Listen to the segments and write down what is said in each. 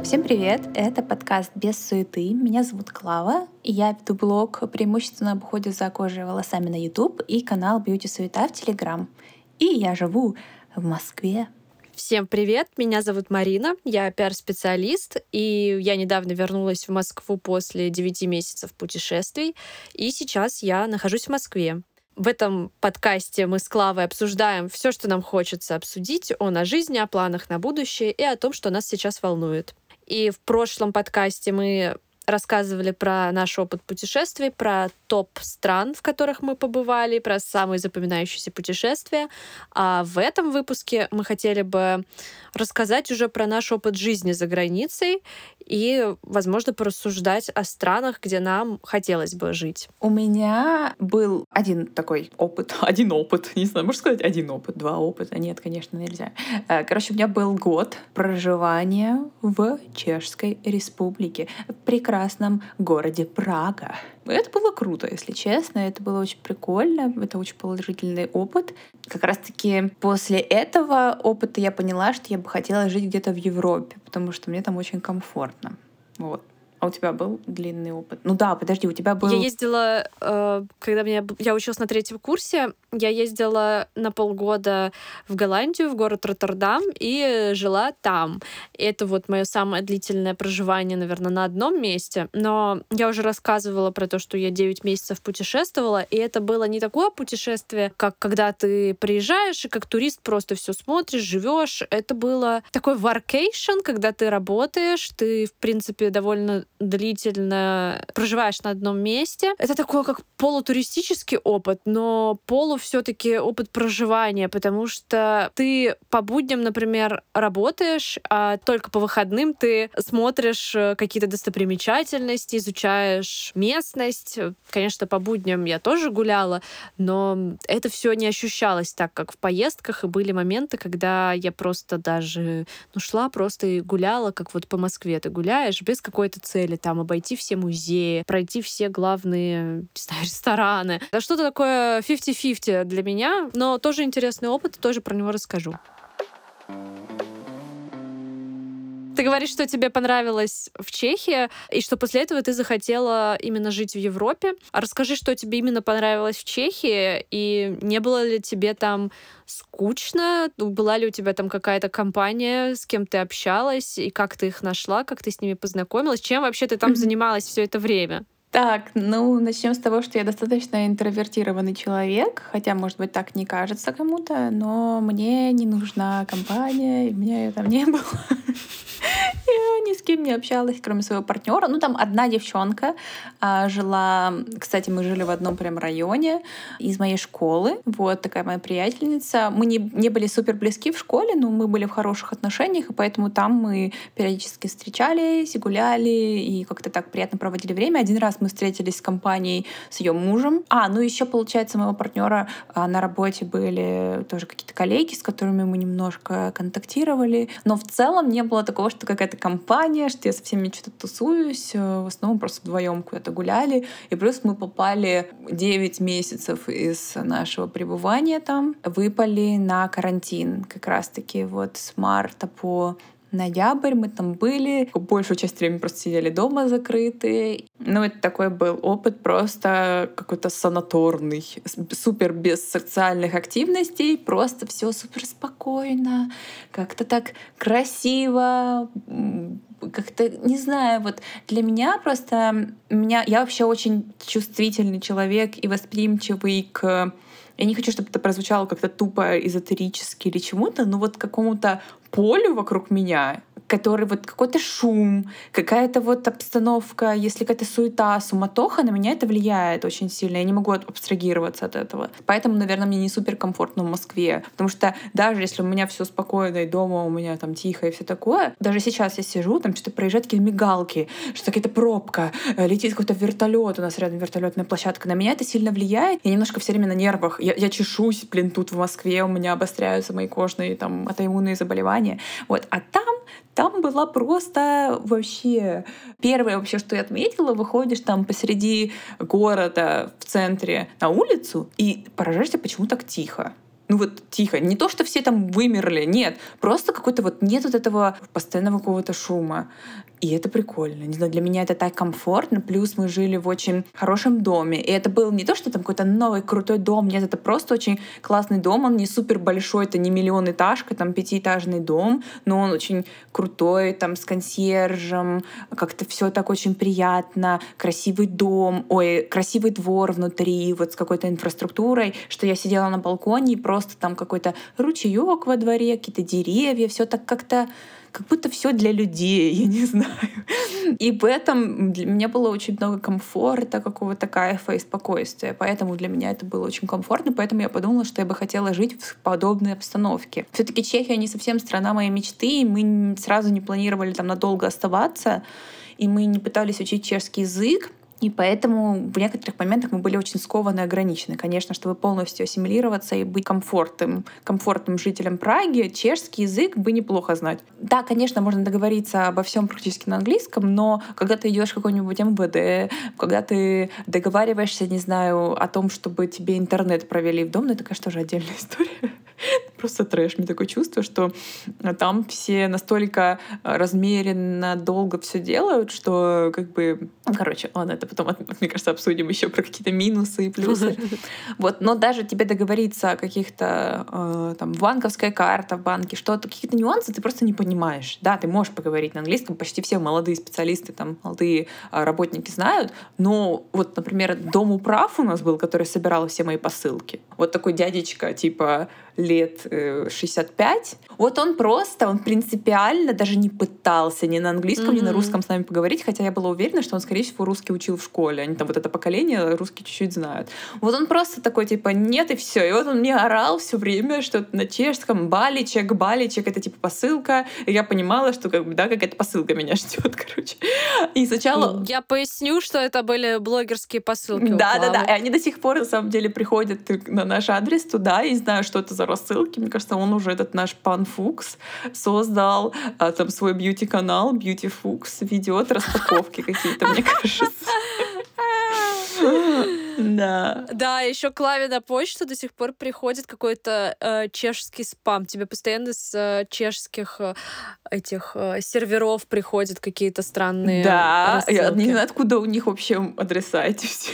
Всем привет! Это подкаст «Без суеты». Меня зовут Клава, и я веду блог преимущественно об уходе за кожей и волосами на YouTube и канал «Бьюти Суета» в Telegram. И я живу в Москве. Всем привет! Меня зовут Марина, я пиар-специалист, и я недавно вернулась в Москву после 9 месяцев путешествий, и сейчас я нахожусь в Москве. В этом подкасте мы с Клавой обсуждаем все, что нам хочется обсудить, о жизни, о планах на будущее и о том, что нас сейчас волнует. И в прошлом подкасте мы рассказывали про наш опыт путешествий, про топ стран, в которых мы побывали, про самые запоминающиеся путешествия. А в этом выпуске мы хотели бы рассказать уже про наш опыт жизни за границей и, возможно, порассуждать о странах, где нам хотелось бы жить. У меня был один опыт, не знаю, можно сказать один опыт, два опыта? Нет, конечно, нельзя. Короче, у меня был год проживания в Чешской Республике, в прекрасном городе Прага. Это было круто, если честно, это было очень прикольно, это очень положительный опыт. Как раз-таки после этого опыта я поняла, что я бы хотела жить где-то в Европе, потому что мне там очень комфортно. Вот. А у тебя был длинный опыт? Ну да, подожди, у тебя был... Я ездила, когда я училась на 3-м курсе, я ездила на полгода в Голландию, в город Роттердам, и жила там. И это вот мое самое длительное проживание, наверное, на одном месте. Но я уже рассказывала про то, что я 9 месяцев путешествовала, и это было не такое путешествие, как когда ты приезжаешь и как турист просто все смотришь, живешь. Это было такой workation, когда ты работаешь, ты, в принципе, довольно длительно проживаешь на одном месте. Это такой как полутуристический опыт, но все-таки опыт проживания, потому что ты по будням, например, работаешь, а только по выходным ты смотришь какие-то достопримечательности, изучаешь местность. Конечно, по будням я тоже гуляла, но это все не ощущалось так, как в поездках, и были моменты, когда я просто даже шла просто и гуляла, как вот по Москве ты гуляешь, без какой-то цели, там, обойти все музеи, пройти все главные, не знаю, рестораны. Это что-то такое 50-50 для меня, но тоже интересный опыт, тоже про него расскажу. Ты говоришь, что тебе понравилось в Чехии, и что после этого ты захотела именно жить в Европе. А расскажи, что тебе именно понравилось в Чехии, и не было ли тебе там скучно? Была ли у тебя там какая-то компания, с кем ты общалась, и как ты их нашла, как ты с ними познакомилась? Чем вообще ты там занималась все это время? Так, начнем с того, что я достаточно интровертированный человек, хотя, может быть, так не кажется кому-то, но мне не нужна компания, и у меня ее там не было. Я ни с кем не общалась, кроме своего партнера. Там одна девчонка жила, кстати, мы жили в одном прям районе из моей школы. Вот такая моя приятельница. Мы не были супер близки в школе, но мы были в хороших отношениях, и поэтому там мы периодически встречались, гуляли и как-то так приятно проводили время. Один раз мы встретились с компанией с ее мужем. Еще, получается, моего партнера на работе были тоже какие-то коллеги, с которыми мы немножко контактировали. Но в целом не было такого, что какая-то компания, что я со всеми что-то тусуюсь. В основном просто вдвоем куда-то гуляли. И плюс мы попали 9 месяцев из нашего пребывания там, выпали на карантин. Как раз-таки вот с марта по ноябрь мы там были. Большую часть времени просто сидели дома закрытые. Это такой был опыт просто какой-то санаторный. Супер без социальных активностей. Просто все супер спокойно. Как-то так красиво. Как-то, не знаю, вот для меня просто... Я вообще очень чувствительный человек и восприимчивый к... Я не хочу, чтобы это прозвучало как-то тупо эзотерически или чему-то, но вот какому-то полю вокруг меня, который вот какой-то шум, какая-то вот обстановка, если какая-то суета, суматоха, на меня это влияет очень сильно. Я не могу абстрагироваться от этого. Поэтому, наверное, мне не супер комфортно в Москве. Потому что даже если у меня все спокойно и дома у меня там тихо и все такое, даже сейчас я сижу, там что-то проезжают какие-то мигалки, что какая-то пробка, летит какой-то вертолет, у нас рядом вертолетная площадка. На меня это сильно влияет. Я немножко все время на нервах. Я чешусь, тут в Москве у меня обостряются мои кожные там аутоиммунные заболевания. Вот. А там была просто вообще... Первое вообще, что я отметила, выходишь там посреди города в центре на улицу и поражаешься, почему так тихо. Ну вот тихо. Не то, что все там вымерли, нет. Просто какой-то вот нет вот этого постоянного какого-то шума. И это прикольно. Не знаю, для меня это так комфортно. Плюс мы жили в очень хорошем доме. И это был не то, что там какой-то новый крутой дом. Нет, это просто очень классный дом. Он не супер большой, это не миллионэтажка, там пятиэтажный дом, но он очень крутой, там с консьержем. Как-то все так очень приятно. Красивый дом, ой, красивый двор внутри, вот с какой-то инфраструктурой, что я сидела на балконе и просто там какой-то ручеек во дворе, какие-то деревья, все так как-то как будто все для людей, я не знаю. И в этом для меня было очень много комфорта, какого-то кайфа и спокойствия. Поэтому для меня это было очень комфортно, поэтому я подумала, что я бы хотела жить в подобной обстановке. Все таки Чехия не совсем страна моей мечты, и мы сразу не планировали там надолго оставаться, и мы не пытались учить чешский язык. И поэтому в некоторых моментах мы были очень скованы и ограничены. Конечно, чтобы полностью ассимилироваться и быть комфортным жителем Праги, чешский язык бы неплохо знать. Да, конечно, можно договориться обо всем практически на английском, но когда ты идешь в какой-нибудь МВД, когда ты договариваешься, не знаю, о том, чтобы тебе интернет провели в дом, ну это, конечно, уже отдельная история. Просто трэш. Мне такое чувство, что там все настолько размеренно долго все делают, что как бы... Короче, ладно, это потом, мне кажется, обсудим еще про какие-то минусы и плюсы. Вот, но даже тебе договориться о каких-то там банковская карта в банке, что-то, какие-то нюансы ты просто не понимаешь. Да, ты можешь поговорить на английском, почти все молодые специалисты, там, молодые работники знают, но вот, например, Дом управ у нас был, который собирал все мои посылки. Вот такой дядечка, типа, лет 65. Вот он принципиально даже не пытался ни на английском, ни на русском с нами поговорить, хотя я была уверена, что он, скорее всего, русский учил в школе. Они там вот это поколение русский чуть-чуть знают. Вот он просто такой, типа, нет, и все. И вот он мне орал все время что-то на чешском: баличек, это типа посылка. И я понимала, что как бы, да, какая-то посылка меня ждет, короче. И сначала... Я поясню, что это были блогерские посылки. Да. И они до сих пор, на самом деле, приходят на наш адрес туда. И не знаю, что это за рассылки. Мне кажется, он уже, этот наш пан Фукс, создал там свой бьюти-канал, Beauty Fuchs, ведет распаковки какие-то, мне кажется. Да. Да, еще Клаве на почту до сих пор приходит какой-то чешский спам. Тебе постоянно с чешских этих серверов приходят какие-то странные рассылки. Да, я не знаю, откуда у них вообще адреса эти все.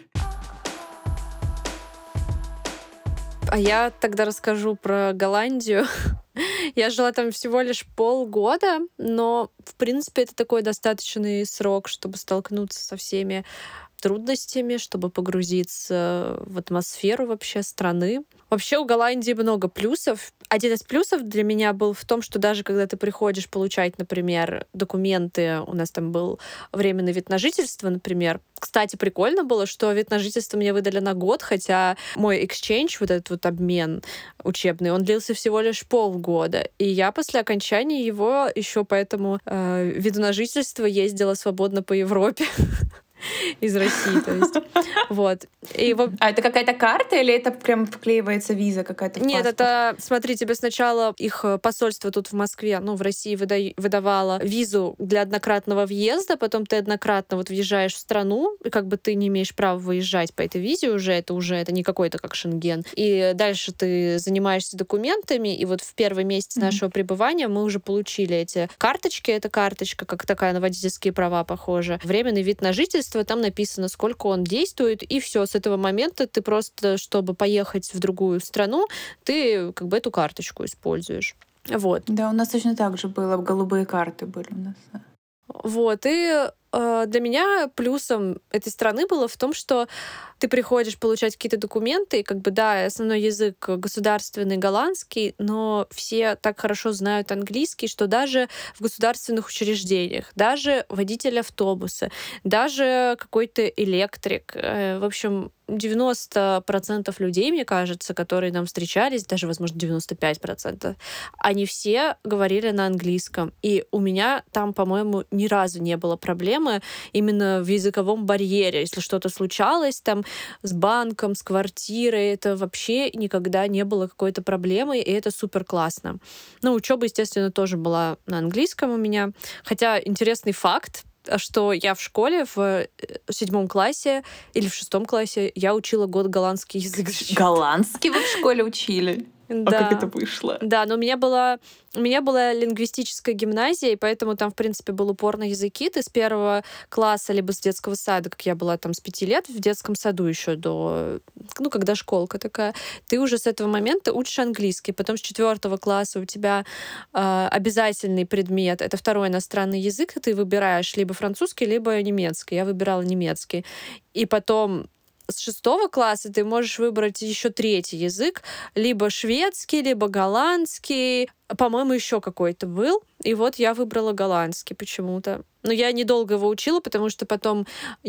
А я тогда расскажу про Голландию. Я жила там всего лишь полгода, но, в принципе, это такой достаточный срок, чтобы столкнуться со всеми трудностями, чтобы погрузиться в атмосферу вообще страны. Вообще у Голландии много плюсов. Один из плюсов для меня был в том, что даже когда ты приходишь получать, например, документы, у нас там был временный вид на жительство, например. Кстати, прикольно было, что вид на жительство мне выдали на год, хотя мой exchange, вот этот вот обмен учебный, он длился всего лишь полгода. И я после окончания его еще по этому виду на жительство ездила свободно по Европе. Из России, то есть. Вот. А это какая-то карта или это прям вклеивается виза какая-то в Нет, паспорт? это, смотри, тебе сначала их посольство тут в Москве, ну, в России выдавало визу для однократного въезда, потом ты однократно вот въезжаешь в страну, и как бы ты не имеешь права выезжать по этой визе уже, это не какой-то как Шенген. И дальше ты занимаешься документами, и вот в первый месяц нашего пребывания мы уже получили эти карточки. Эта карточка, как такая на водительские права похожа. Временный вид на жительство, там написано, сколько он действует, и все. С этого момента ты просто, чтобы поехать в другую страну, ты как бы эту карточку используешь. Вот. Да, у нас точно так же было. Голубые карты были у нас. Вот. И для меня плюсом этой страны было в том, что ты приходишь получать какие-то документы, и как бы, да, основной язык государственный голландский, но все так хорошо знают английский, что даже в государственных учреждениях, даже водитель автобуса, даже какой-то электрик, в общем, 90% людей, мне кажется, которые нам встречались, даже, возможно, 95%, они все говорили на английском. И у меня там, по-моему, ни разу не было проблемы именно в языковом барьере. Если что-то случалось там с банком, с квартирой, это вообще никогда не было какой-то проблемы, и это супер классно. Ну, учеба, естественно, тоже была на английском у меня. Хотя интересный факт, что я в школе в 7 классе или в 6 классе я учила год голландский язык. Голландский вы в школе учили? А как это Да. вышло? Да, но у меня была лингвистическая гимназия, и поэтому там, в принципе, был упор на языки. Ты с 1 класса, либо с детского сада, как я была там с 5 лет, в детском саду еще до... Ну, когда школка такая. Ты уже с этого момента учишь английский. Потом с 4 класса у тебя обязательный предмет — это второй иностранный язык, и ты выбираешь либо французский, либо немецкий. Я выбирала немецкий. И потом с 6 класса ты можешь выбрать еще третий язык, либо шведский, либо голландский. По-моему, еще какой-то был. И вот я выбрала голландский почему-то. Но я недолго его учила, потому что потом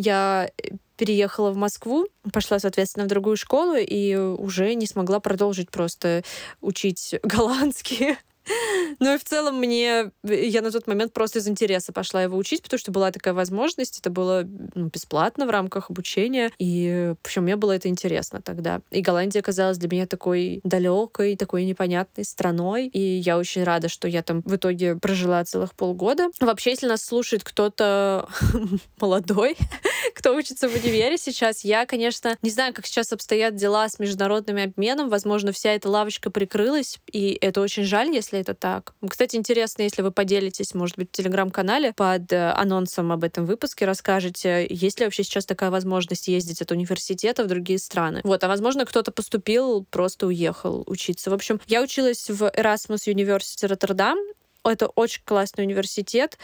я переехала в Москву, пошла, соответственно, в другую школу и уже не смогла продолжить просто учить голландский. Ну и в целом я на тот момент просто из интереса пошла его учить, потому что была такая возможность, это было бесплатно в рамках обучения, и в общем, мне было это интересно тогда. И Голландия казалась для меня такой далекой, такой непонятной страной, и я очень рада, что я там в итоге прожила целых полгода. Вообще, если нас слушает кто-то молодой, кто учится в универе сейчас, я, конечно, не знаю, как сейчас обстоят дела с международным обменом, возможно, вся эта лавочка прикрылась, и это очень жаль, если это так. Кстати, интересно, если вы поделитесь, может быть, в Телеграм-канале под анонсом об этом выпуске, расскажете, есть ли вообще сейчас такая возможность ездить от университета в другие страны. Вот, а возможно, кто-то поступил, просто уехал учиться. В общем, я училась в Erasmus University Роттердам. Это очень классный университет.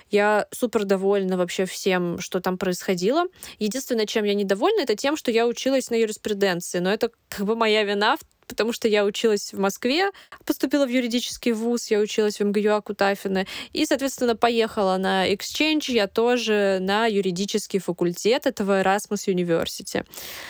Я супер довольна вообще всем, что там происходило. Единственное, чем я недовольна, это тем, что я училась на юриспруденции. Но это как бы моя вина, потому что я училась в Москве, поступила в юридический вуз, я училась в МГУ Акутафина, и, соответственно, поехала на эксченж я тоже на юридический факультет этого Erasmus University.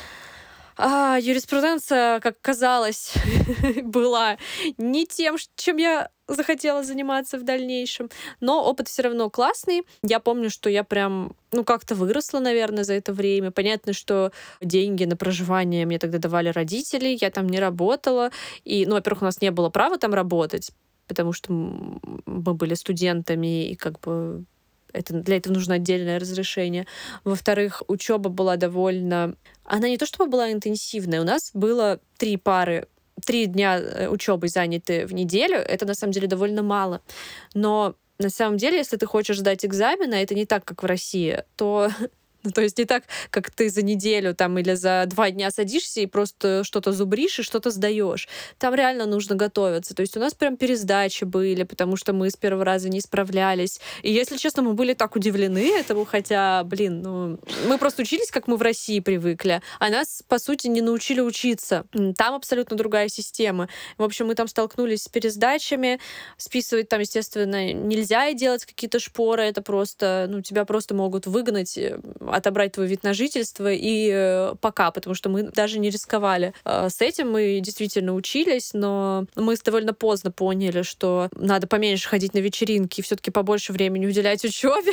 А юриспруденция, как казалось, была не тем, чем я захотела заниматься в дальнейшем. Но опыт все равно классный. Я помню, что я прям, как-то выросла, наверное, за это время. Понятно, что деньги на проживание мне тогда давали родители, я там не работала. И, во-первых, у нас не было права там работать, потому что мы были студентами, и как бы для этого нужно отдельное разрешение. Во-вторых, учеба была она не то чтобы была интенсивная, у нас было 3 дня учебы заняты в неделю. Это на самом деле довольно мало. Но на самом деле, если ты хочешь сдать экзамены, это не так, как в России, то есть не так, как ты за неделю там или за 2 дня садишься и просто что-то зубришь и что-то сдаешь. Там реально нужно готовиться. То есть у нас прям пересдачи были, потому что мы с первого раза не справлялись. И, если честно, мы были так удивлены этому, хотя, мы просто учились, как мы в России привыкли, а нас, по сути, не научили учиться. Там абсолютно другая система. В общем, мы там столкнулись с пересдачами. Списывать там, естественно, нельзя, и делать какие-то шпоры. Это просто, тебя просто могут выгнать, отобрать твой вид на жительство и пока, потому что мы даже не рисковали. С этим мы действительно учились, но мы довольно поздно поняли, что надо поменьше ходить на вечеринки и все-таки побольше времени уделять учебе.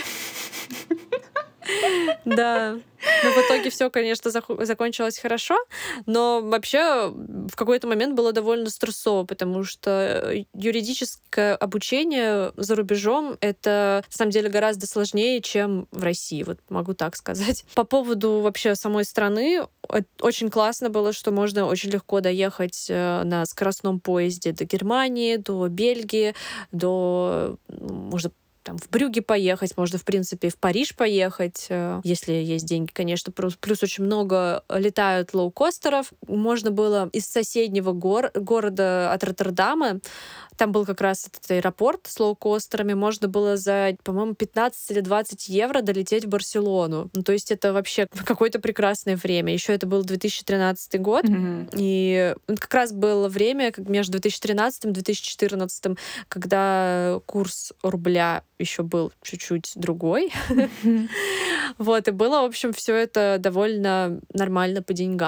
Да. Но в итоге все, конечно, закончилось хорошо, но вообще в какой-то момент было довольно стрессово, потому что юридическое обучение за рубежом — это, на самом деле, гораздо сложнее, чем в России, вот могу так сказать. По поводу вообще самой страны, очень классно было, что можно очень легко доехать на скоростном поезде до Германии, до Бельгии, можно там в Брюгге поехать, можно, в принципе, и в Париж поехать, если есть деньги, конечно. Плюс очень много летают лоукостеров. Можно было из соседнего города от Роттердама, там был как раз этот аэропорт с лоукостерами, можно было за, по-моему, 15 или 20 евро долететь в Барселону. То есть это вообще какое-то прекрасное время. Еще это был 2013 год, и как раз было время между 2013 и 2014, когда курс рубля еще был чуть-чуть другой. Вот, и было, в общем, все это довольно нормально по деньгам.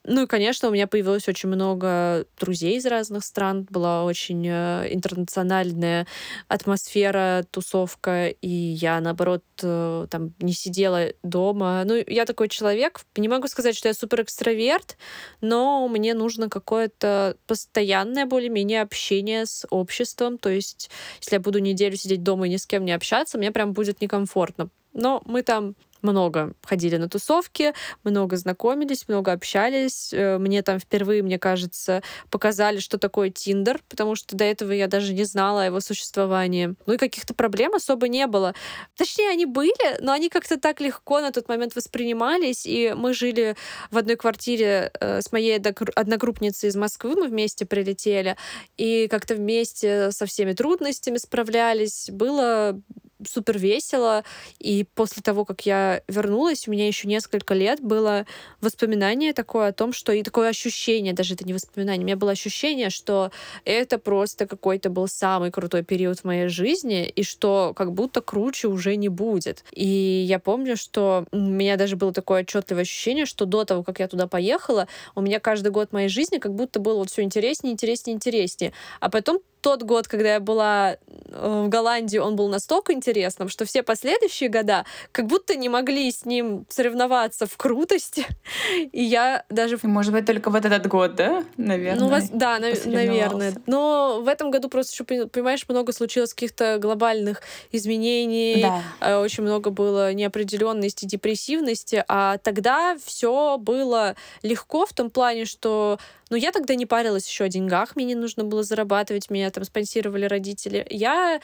Ну и, конечно, у меня появилось очень много друзей из разных стран. Была очень интернациональная атмосфера, тусовка. И я, наоборот, там не сидела дома. Ну, я такой человек. Не могу сказать, что я супер экстраверт, но мне нужно какое-то постоянное более-менее общение с обществом. То есть, если я буду неделю сидеть дома и ни с кем не общаться, мне прям будет некомфортно. Но мы там много ходили на тусовки, много знакомились, много общались. Мне там впервые, мне кажется, показали, что такое Тиндер, потому что до этого я даже не знала о его существовании. Ну и каких-то проблем особо не было. Точнее, они были, но они как-то так легко на тот момент воспринимались. И мы жили в одной квартире с моей одногруппницей из Москвы, мы вместе прилетели, и как-то вместе со всеми трудностями справлялись. Было супер весело. И после того, как я вернулась, у меня еще несколько лет было воспоминание такое о том, что и такое ощущение, даже это не воспоминание, у меня было ощущение, что это просто какой-то был самый крутой период в моей жизни, и что как будто круче уже не будет. И я помню, что у меня даже было такое отчетливое ощущение, что до того, как я туда поехала, у меня каждый год моей жизни как будто было вот все интереснее, интереснее, интереснее. А потом тот год, когда я была в Голландии, он был настолько интересным, что все последующие года как будто не могли с ним соревноваться в крутости. И я даже... Может быть, только вот этот год, да? Наверное. Да, наверное. Но в этом году просто еще, понимаешь, много случилось каких-то глобальных изменений. Да. Очень много было неопределенности, депрессивности. А тогда все было легко в том плане, что я тогда не парилась еще о деньгах, мне не нужно было зарабатывать, меня там спонсировали родители. Я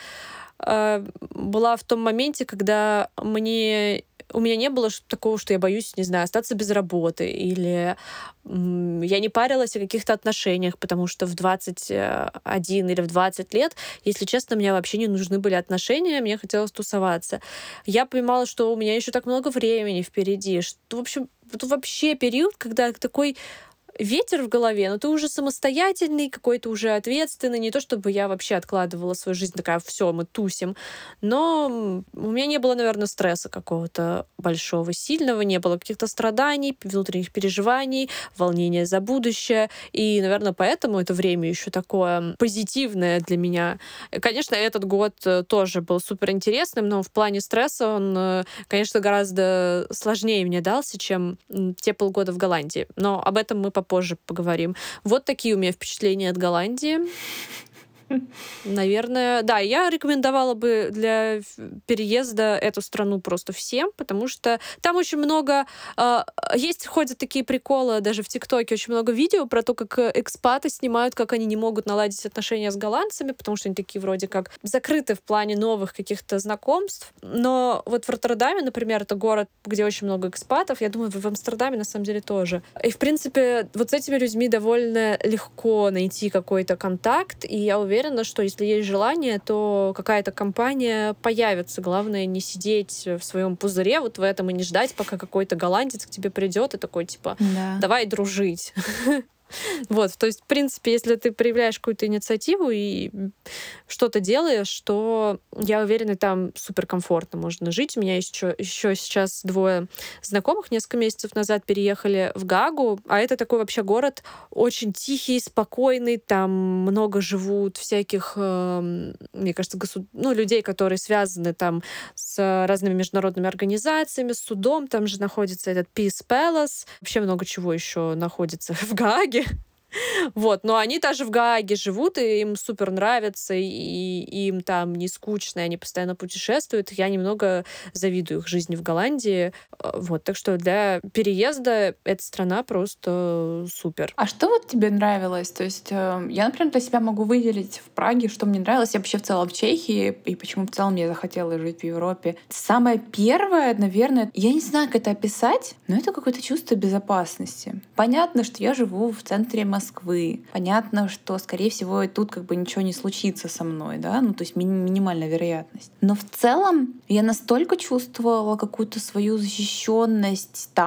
была в том моменте, когда у меня не было такого, что я боюсь, не знаю, остаться без работы, или я не парилась о каких-то отношениях, потому что в 21 или в 20 лет, если честно, мне вообще не нужны были отношения, мне хотелось тусоваться. Я понимала, что у меня еще так много времени впереди, что, в общем, это вообще период, когда такой ветер в голове, но ты уже самостоятельный, какой-то уже ответственный. Не то чтобы я вообще откладывала свою жизнь, такая, все, мы тусим. Но у меня не было, наверное, стресса какого-то большого, сильного, не было каких-то страданий, внутренних переживаний, волнения за будущее. И, наверное, поэтому это время еще такое позитивное для меня. Конечно, этот год тоже был супер интересным, но в плане стресса он, конечно, гораздо сложнее мне дался, чем те полгода в Голландии. Но об этом мы попозже поговорим. Вот такие у меня впечатления от Голландии. Наверное, да, я рекомендовала бы для переезда эту страну просто всем, потому что там очень много... ходят такие приколы, даже в ТикТоке очень много видео про то, как экспаты снимают, как они не могут наладить отношения с голландцами, потому что они такие вроде как закрыты в плане новых каких-то знакомств. Но вот в Роттердаме, например, это город, где очень много экспатов, я думаю, в Амстердаме на самом деле тоже. И, в принципе, вот с этими людьми довольно легко найти какой-то контакт, и я уверена, что если есть желание, то какая-то компания появится. Главное не сидеть в своем пузыре вот в этом и не ждать, пока какой-то голландец к тебе придет и такой типа давай дружить. Вот, то есть, в принципе, если ты проявляешь какую-то инициативу и что-то делаешь, то, я уверена, там суперкомфортно можно жить. У меня есть еще сейчас двое знакомых несколько месяцев назад переехали в Гаагу, а это такой вообще город очень тихий, спокойный, там много живут всяких, мне кажется, людей, которые связаны там с разными международными организациями, с судом, там же находится этот Peace Palace, вообще много чего еще находится в Гааге. Вот, но они даже в Гааге живут, и им супер нравится, и им там не скучно, и они постоянно путешествуют. Я немного завидую их жизни в Голландии. Вот, так что для переезда эта страна просто супер. А что вот тебе нравилось? То есть я, например, для себя могу выделить в Праге, что мне нравилось, и вообще в целом в Чехии, и почему в целом я захотела жить в Европе. Самое первое, наверное, я не знаю, как это описать, но это какое-то чувство безопасности. Понятно, что я живу в центре Москвы. Понятно, что, скорее всего, и тут как бы ничего не случится со мной, да, ну то есть минимальная вероятность. Но в целом я настолько чувствовала какую-то свою защищенность там,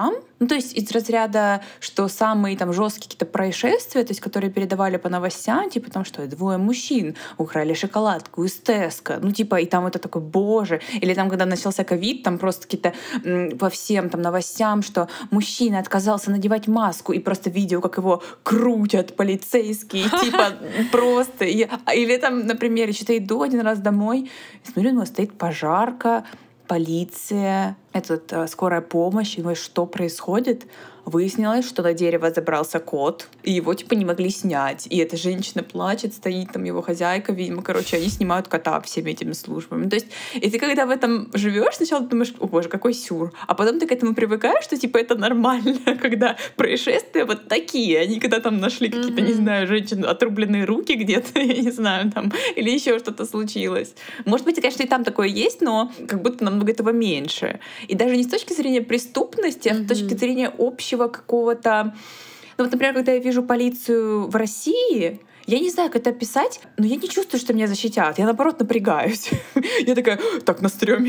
Ну, то есть из разряда, что самые там жесткие какие-то происшествия, то есть которые передавали по новостям, типа там, что двое мужчин украли шоколадку из Теска, ну, типа, и там это такой, боже. Или там, когда начался ковид, там просто какие-то по всем там новостям, что мужчина отказался надевать маску, и просто видео, как его крутят полицейские, типа, просто. Или там, например, что-то иду один раз домой, и смотрю, у него стоит пожарка, полиция, скорая помощь, и думаю, что происходит? Выяснилось, что на дерево забрался кот, и его типа не могли снять. И эта женщина плачет, стоит там его хозяйка, видимо, короче, они снимают кота всеми этими службами. То есть, и ты когда в этом живешь, сначала думаешь, о боже, какой сюр. А потом ты к этому привыкаешь, что типа это нормально, когда происшествия вот такие. Они когда там нашли какие-то, не знаю, женщины, отрубленные руки где-то, я не знаю, там, или еще что-то случилось. Может быть, конечно, и там такое есть, но как будто намного этого меньше. И даже не с точки зрения преступности, а с точки зрения общего какого-то... Ну вот, например, когда я вижу полицию в России, я не знаю, как это описать, но я не чувствую, что меня защитят. Я, наоборот, напрягаюсь. Я такая, так, на стрёме,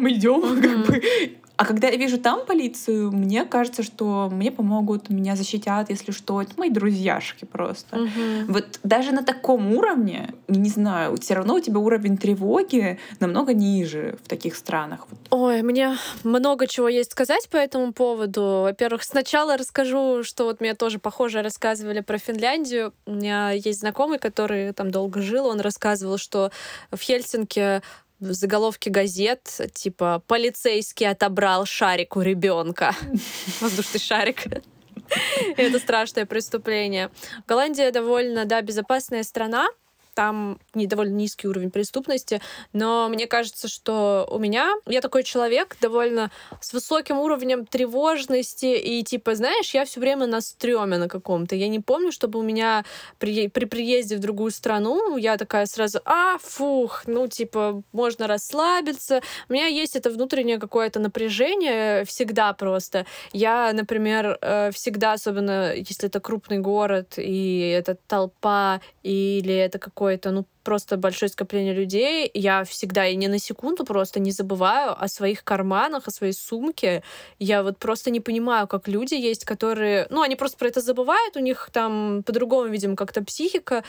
идем. А когда я вижу там полицию, мне кажется, что мне помогут, меня защитят, если что. Это мои друзьяшки просто. Вот даже на таком уровне, не знаю, все равно у тебя уровень тревоги намного ниже в таких странах. Ой, мне много чего есть сказать по этому поводу. Во-первых, сначала расскажу, что вот мне тоже похоже рассказывали про Финляндию. У меня есть знакомый, который там долго жил, он рассказывал, что в Хельсинки в заголовке газет, типа «Полицейский отобрал шарик у ребенка». Воздушный шарик. Это страшное преступление. Голландия довольно, да, безопасная страна. Там довольно низкий уровень преступности, но мне кажется, что я такой человек довольно с высоким уровнем тревожности, и типа, знаешь, я все время на стрёме на каком-то. Я не помню, чтобы у меня при приезде в другую страну я такая сразу, фух, ну типа, можно расслабиться. У меня есть это внутреннее какое-то напряжение всегда просто. Я, например, всегда, особенно если это крупный город, и это толпа, или это какой-то, просто большое скопление людей, я всегда и ни на секунду просто не забываю о своих карманах, о своей сумке. Я вот просто не понимаю, как люди есть, которые... они просто про это забывают, у них там по-другому, видимо, как-то психика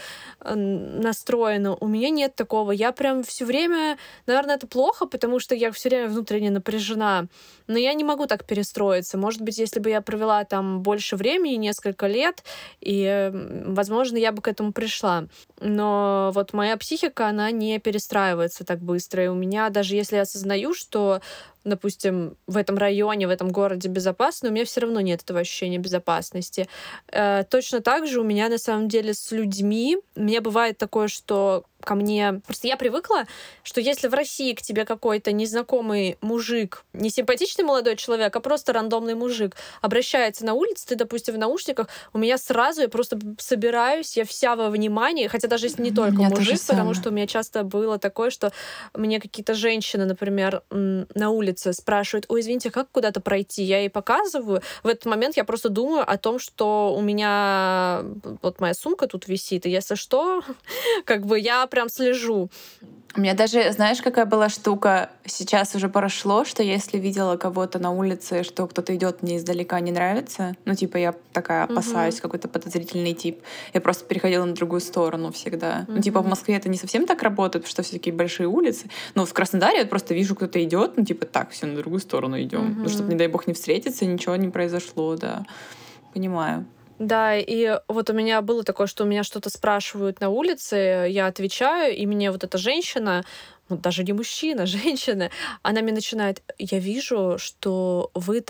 настроена. У меня нет такого. Я прям все время... Наверное, это плохо, потому что я все время внутренне напряжена. Но я не могу так перестроиться. Может быть, если бы я провела там больше времени, несколько лет, и, возможно, я бы к этому пришла. Но вот моя психика, она не перестраивается так быстро. И у меня, даже если я осознаю, что, допустим, в этом районе, в этом городе безопасно, у меня все равно нет этого ощущения безопасности. Точно так же у меня, на самом деле, с людьми. У меня бывает такое, что ко мне... Просто я привыкла, что если в России к тебе какой-то незнакомый мужик, не симпатичный молодой человек, а просто рандомный мужик, обращается на улице, ты, допустим, в наушниках, у меня сразу, я просто собираюсь, я вся во внимании, хотя даже если не только мужик, потому что у меня часто было такое, что мне какие-то женщины, например, на улице спрашивают, ой, извините, как куда-то пройти? Я ей показываю. В этот момент я просто думаю о том, что у меня вот моя сумка тут висит, и если что, как бы я прям слежу. У меня даже, знаешь, какая была штука? Сейчас уже прошло, что если видела кого-то на улице, что кто-то идет мне издалека не нравится, я такая опасаюсь, какой-то подозрительный тип, я просто переходила на другую сторону всегда. В Москве это не совсем так работает, потому что все такие большие улицы, но в Краснодаре я просто вижу, кто-то идет, так, все на другую сторону идем, чтобы, не дай бог, не встретиться, ничего не произошло, да. Понимаю. Да, и вот у меня было такое, что у меня что-то спрашивают на улице, я отвечаю, и мне вот эта женщина, даже не мужчина, женщина, она мне начинает, я вижу, что вы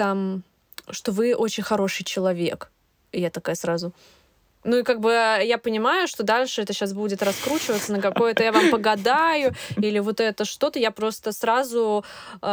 очень хороший человек. И я такая сразу... Ну и как бы я понимаю, что дальше это сейчас будет раскручиваться на какое-то я вам погадаю или вот это что-то. Я просто сразу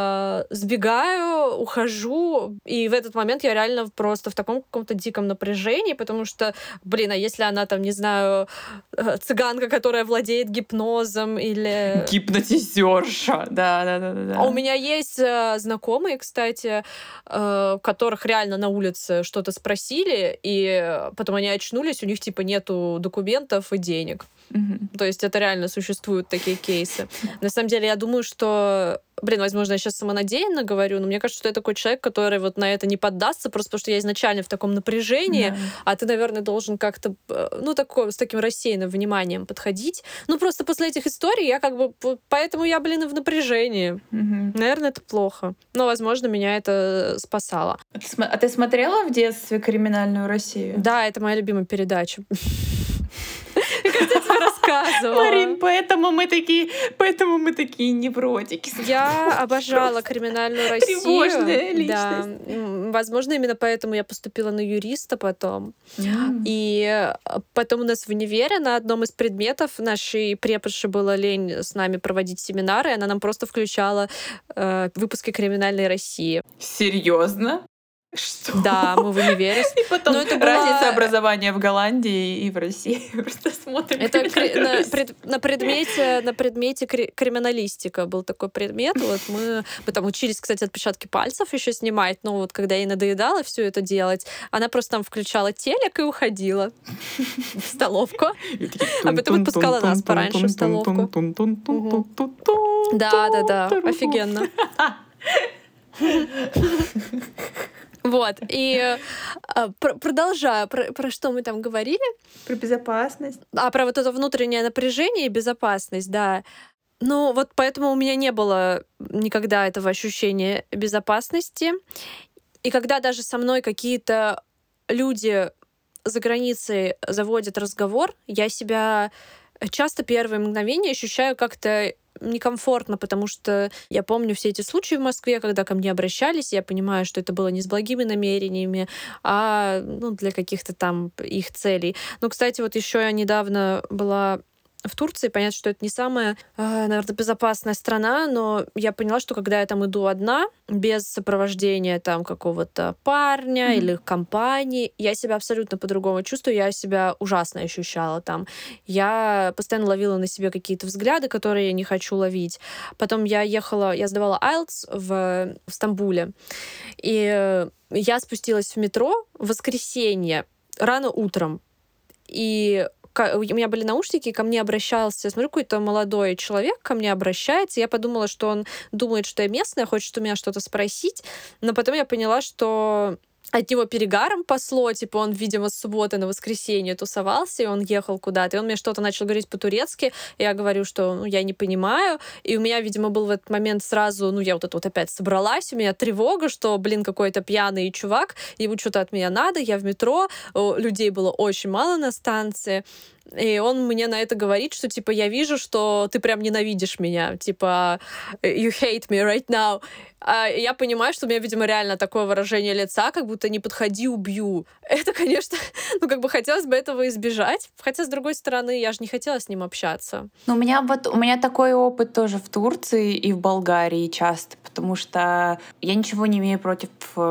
сбегаю, ухожу. И в этот момент я реально просто в таком каком-то диком напряжении, потому что, а если она там, не знаю, цыганка, которая владеет гипнозом или... Гипнотизерша, да. А у меня есть знакомые, кстати, которых реально на улице что-то спросили, и потом они очнулись, у них нету документов и денег. Мгм. То есть это реально существуют такие кейсы. На самом деле, я думаю, что... возможно, я сейчас самонадеянно говорю, но мне кажется, что я такой человек, который вот на это не поддастся, просто потому что я изначально в таком напряжении, Да. а ты, наверное, должен как-то, с таким рассеянным вниманием подходить. Ну, просто после этих историй я поэтому я, и в напряжении. Мгм. Наверное, это плохо. Но, возможно, меня это спасало. А ты смотрела в детстве «Криминальную Россию»? Да, это моя любимая передача. Мне кажется, я тебе рассказывала. Марин, поэтому мы такие невротики. Я обожала «Криминальную Россию». Тревожная Да. личность. Возможно, именно поэтому я поступила на юриста потом. И потом у нас в универе на одном из предметов нашей преподши было лень с нами проводить семинары, и она нам просто включала выпуски «Криминальной России». Серьезно? Что? Да, мы в универе. И потом Но это разница была- образования в Голландии и в России. Просто смотрим. Это «Криминальную Россию». на предмете криминалистика был такой предмет. Вот мы там учились, кстати, отпечатки пальцев еще снимать. Но вот когда ей надоедало все это делать, она просто там включала телек и уходила в столовку. А потом отпускала нас пораньше в столовку. Да, офигенно. Вот, и продолжаю, про что мы там говорили? Про безопасность. Про вот это внутреннее напряжение и безопасность, да. Ну, вот поэтому у меня не было никогда этого ощущения безопасности. И когда даже со мной какие-то люди за границей заводят разговор, я себя часто первые мгновения ощущаю как-то некомфортно, потому что я помню все эти случаи в Москве, когда ко мне обращались, я понимаю, что это было не с благими намерениями, а для каких-то там их целей. Ну, кстати, вот еще я недавно была в Турции. Понятно, что это не самая, наверное, безопасная страна, но я поняла, что когда я там иду одна, без сопровождения там какого-то парня или компании, я себя абсолютно по-другому чувствую, я себя ужасно ощущала там. Я постоянно ловила на себе какие-то взгляды, которые я не хочу ловить. Потом я сдавала IELTS в Стамбуле, и я спустилась в метро в воскресенье рано утром, и у меня были наушники, ко мне обращался, смотрю, какой-то молодой человек ко мне обращается. Я подумала, что он думает, что я местная, хочет у меня что-то спросить. Но потом я поняла, что от него перегаром пасло, типа он, видимо, с субботы на воскресенье тусовался, и он ехал куда-то, и он мне что-то начал говорить по-турецки, я говорю, что я не понимаю, и у меня, видимо, был в этот момент сразу, я вот это вот опять собралась, у меня тревога, что, какой-то пьяный чувак, ему что-то от меня надо, я в метро, людей было очень мало на станции, и он мне на это говорит, что, типа, я вижу, что ты прям ненавидишь меня, типа, you hate me right now. А я понимаю, что у меня, видимо, реально такое выражение лица, как будто не подходи, убью. Это, конечно, хотелось бы этого избежать. Хотя, с другой стороны, я же не хотела с ним общаться. У меня такой опыт тоже в Турции и в Болгарии часто, потому что я ничего не имею против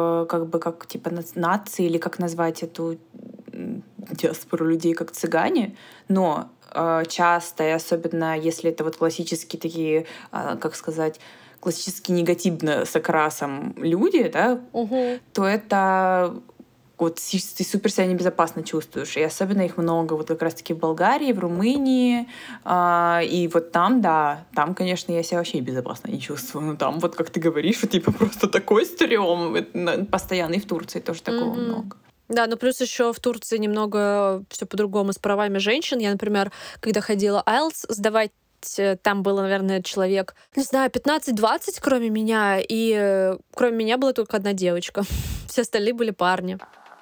нации или как назвать эту диаспору людей, как цыгане, но часто, и особенно если это вот классические такие, классически негативно с окрасом люди, да, то это вот ты супер себя небезопасно чувствуешь. И особенно их много вот как раз-таки в Болгарии, в Румынии. И вот там, да, там, конечно, я себя вообще безопасно не чувствую. Но там вот, как ты говоришь, вот, типа просто такой стрём постоянный. В Турции тоже такого много. Да, но плюс еще в Турции немного все по-другому с правами женщин. Я, например, когда ходила IELTS сдавать, там было, наверное, человек, не знаю, 15-20, кроме меня. И кроме меня была только одна девочка. Все остальные были парни.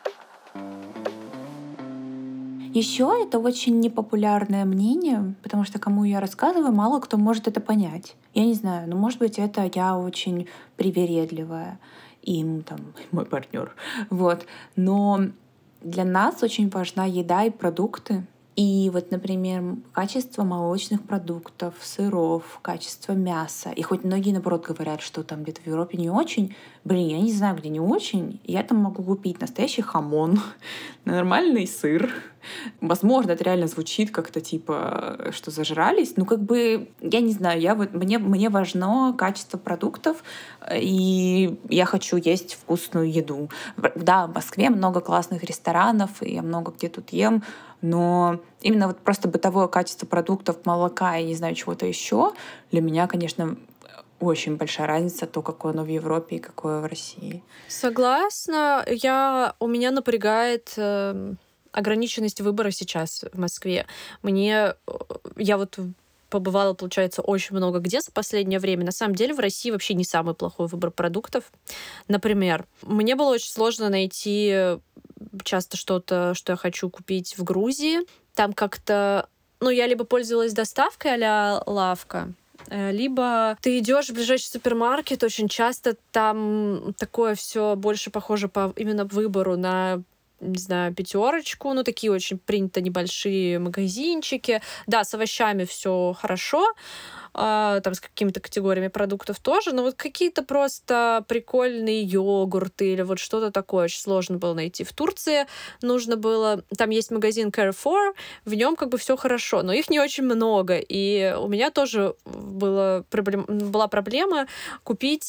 Еще это очень непопулярное мнение, потому что кому я рассказываю, мало кто может это понять. Я не знаю, может быть, это я очень привередливая, и мой партнер. Вот. Но для нас очень важна еда и продукты. И вот, например, качество молочных продуктов, сыров, качество мяса. И хоть многие, наоборот, говорят, что там где-то в Европе не очень, я не знаю, где не очень. Я там могу купить настоящий хамон, нормальный сыр. Возможно, это реально звучит как-то типа, что зажрались. Я не знаю, мне важно качество продуктов, и я хочу есть вкусную еду. Да, в Москве много классных ресторанов, и я много где тут ем, Но именно вот просто бытовое качество продуктов, молока и не знаю чего-то еще, для меня, конечно, очень большая разница, то, какое оно в Европе и какое в России. Согласна. У меня напрягает ограниченность выбора сейчас в Москве. Я вот побывала, получается, очень много где за последнее время. На самом деле в России вообще не самый плохой выбор продуктов. Например, мне было очень сложно найти часто что-то, что я хочу купить в Грузии. Там как-то... Ну, я либо пользовалась доставкой а-ля лавка, либо ты идешь в ближайший супермаркет, очень часто там такое все больше похоже по именно выбору на, не знаю, пятерочку, ну такие очень принято небольшие магазинчики. Да, с овощами все хорошо, там с какими-то категориями продуктов тоже, но вот какие-то просто прикольные йогурты или вот что-то такое очень сложно было найти. В Турции нужно было... Там есть магазин Carrefour, в нем как бы все хорошо, но их не очень много. И у меня тоже была проблема купить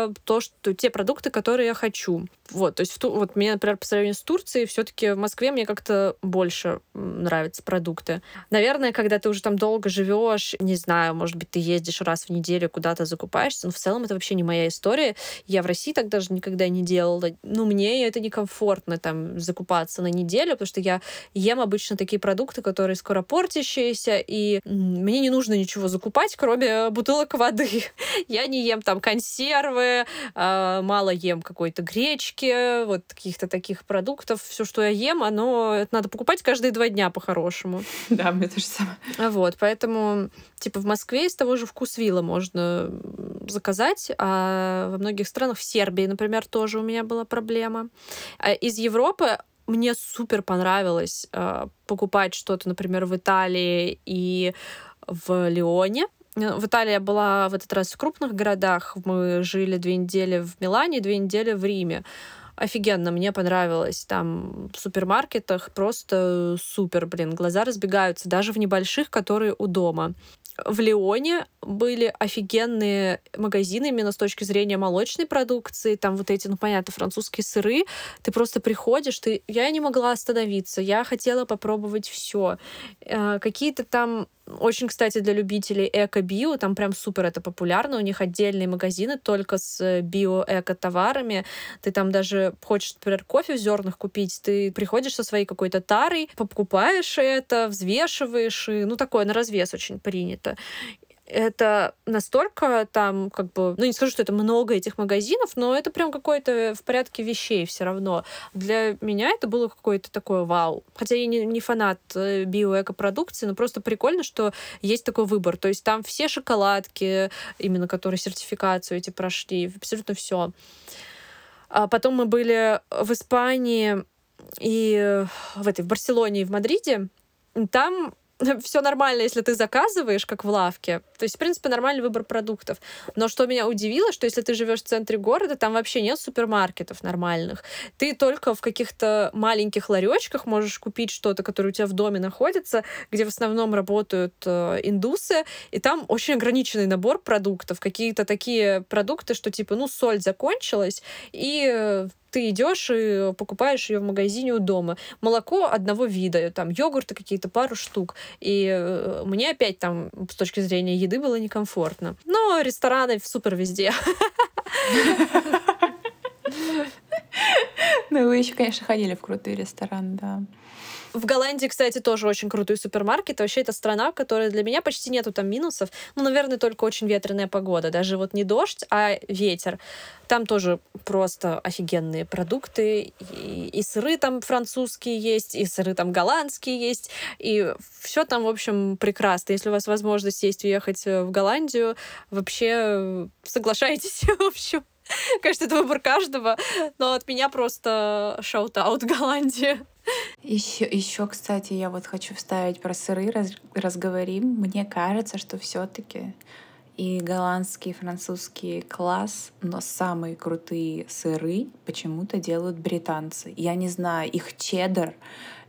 те продукты, которые я хочу. Вот, то есть вот мне, например, по сравнению с Турцией, все-таки в Москве мне как-то больше нравятся продукты. Наверное, когда ты уже там долго живешь, не знаю, может быть, ты ездишь раз в неделю куда-то закупаешься, но в целом это вообще не моя история. Я в России так даже никогда не делала. Ну, мне это некомфортно там закупаться на неделю, потому что я ем обычно такие продукты, которые скоро портящиеся, и мне не нужно ничего закупать, кроме бутылок воды. Я не ем там консервы, мало ем какой-то гречки, вот каких-то таких продуктов. Все, что я ем, это надо покупать каждые 2 дня по-хорошему. Да, мне тоже самое. Вот, поэтому, типа, в Москве из того же вкусвилла можно заказать, а во многих странах, в Сербии, например, тоже у меня была проблема. Из Европы мне супер понравилось покупать что-то, например, в Италии и в Лионе. В Италии я была в этот раз в крупных городах. Мы жили 2 недели в Милане, 2 недели в Риме. Офигенно, мне понравилось. Там в супермаркетах просто супер, глаза разбегаются, даже в небольших, которые у дома. В Лионе были офигенные магазины именно с точки зрения молочной продукции. Там вот эти, понятно, французские сыры. Ты просто приходишь, я не могла остановиться. Я хотела попробовать все. Какие-то там очень, кстати, для любителей эко-био, там прям супер это популярно. У них отдельные магазины только с био-эко-товарами. Ты там даже хочешь, например, кофе в зернах купить, ты приходишь со своей какой-то тарой, покупаешь это, взвешиваешь, и, такое на развес очень принято. Это настолько там, не скажу, что это много этих магазинов, но это прям какой-то в порядке вещей все равно. Для меня это было какое-то такое вау. Хотя я не фанат биоэко-продукции, но просто прикольно, что есть такой выбор. То есть там все шоколадки, именно которые сертификацию эти прошли, абсолютно все. А потом мы были в Испании и в Барселоне и в Мадриде. Там все нормально, если ты заказываешь, как в лавке. То есть, в принципе, нормальный выбор продуктов. Но что меня удивило, что если ты живешь в центре города, там вообще нет супермаркетов нормальных. Ты только в каких-то маленьких ларечках можешь купить что-то, которое у тебя в доме находится, где в основном работают индусы, и там очень ограниченный набор продуктов. Какие-то такие продукты, что типа, соль закончилась, и ты идешь и покупаешь ее в магазине у дома. Молоко одного вида, там йогурты какие-то, пару штук. И мне опять там с точки зрения еды было некомфортно. Но рестораны супер везде. Ну, вы еще, конечно, ходили в крутые рестораны, да. В Голландии, кстати, тоже очень крутой супермаркет. Вообще, это страна, в которой для меня почти нету там минусов. Наверное, только очень ветреная погода. Даже вот не дождь, а ветер. Там тоже просто офигенные продукты. И сыры там французские есть, и сыры там голландские есть. И все там, в общем, прекрасно. Если у вас возможность есть уехать в Голландию, вообще соглашайтесь, в общем. Конечно, это выбор каждого, но от меня просто шаут-аут Голландии. Еще, кстати, я вот хочу вставить про сыры, разговорим. Мне кажется, что все-таки и голландский, и французский класс, но самые крутые сыры почему-то делают британцы. Я не знаю, их чеддер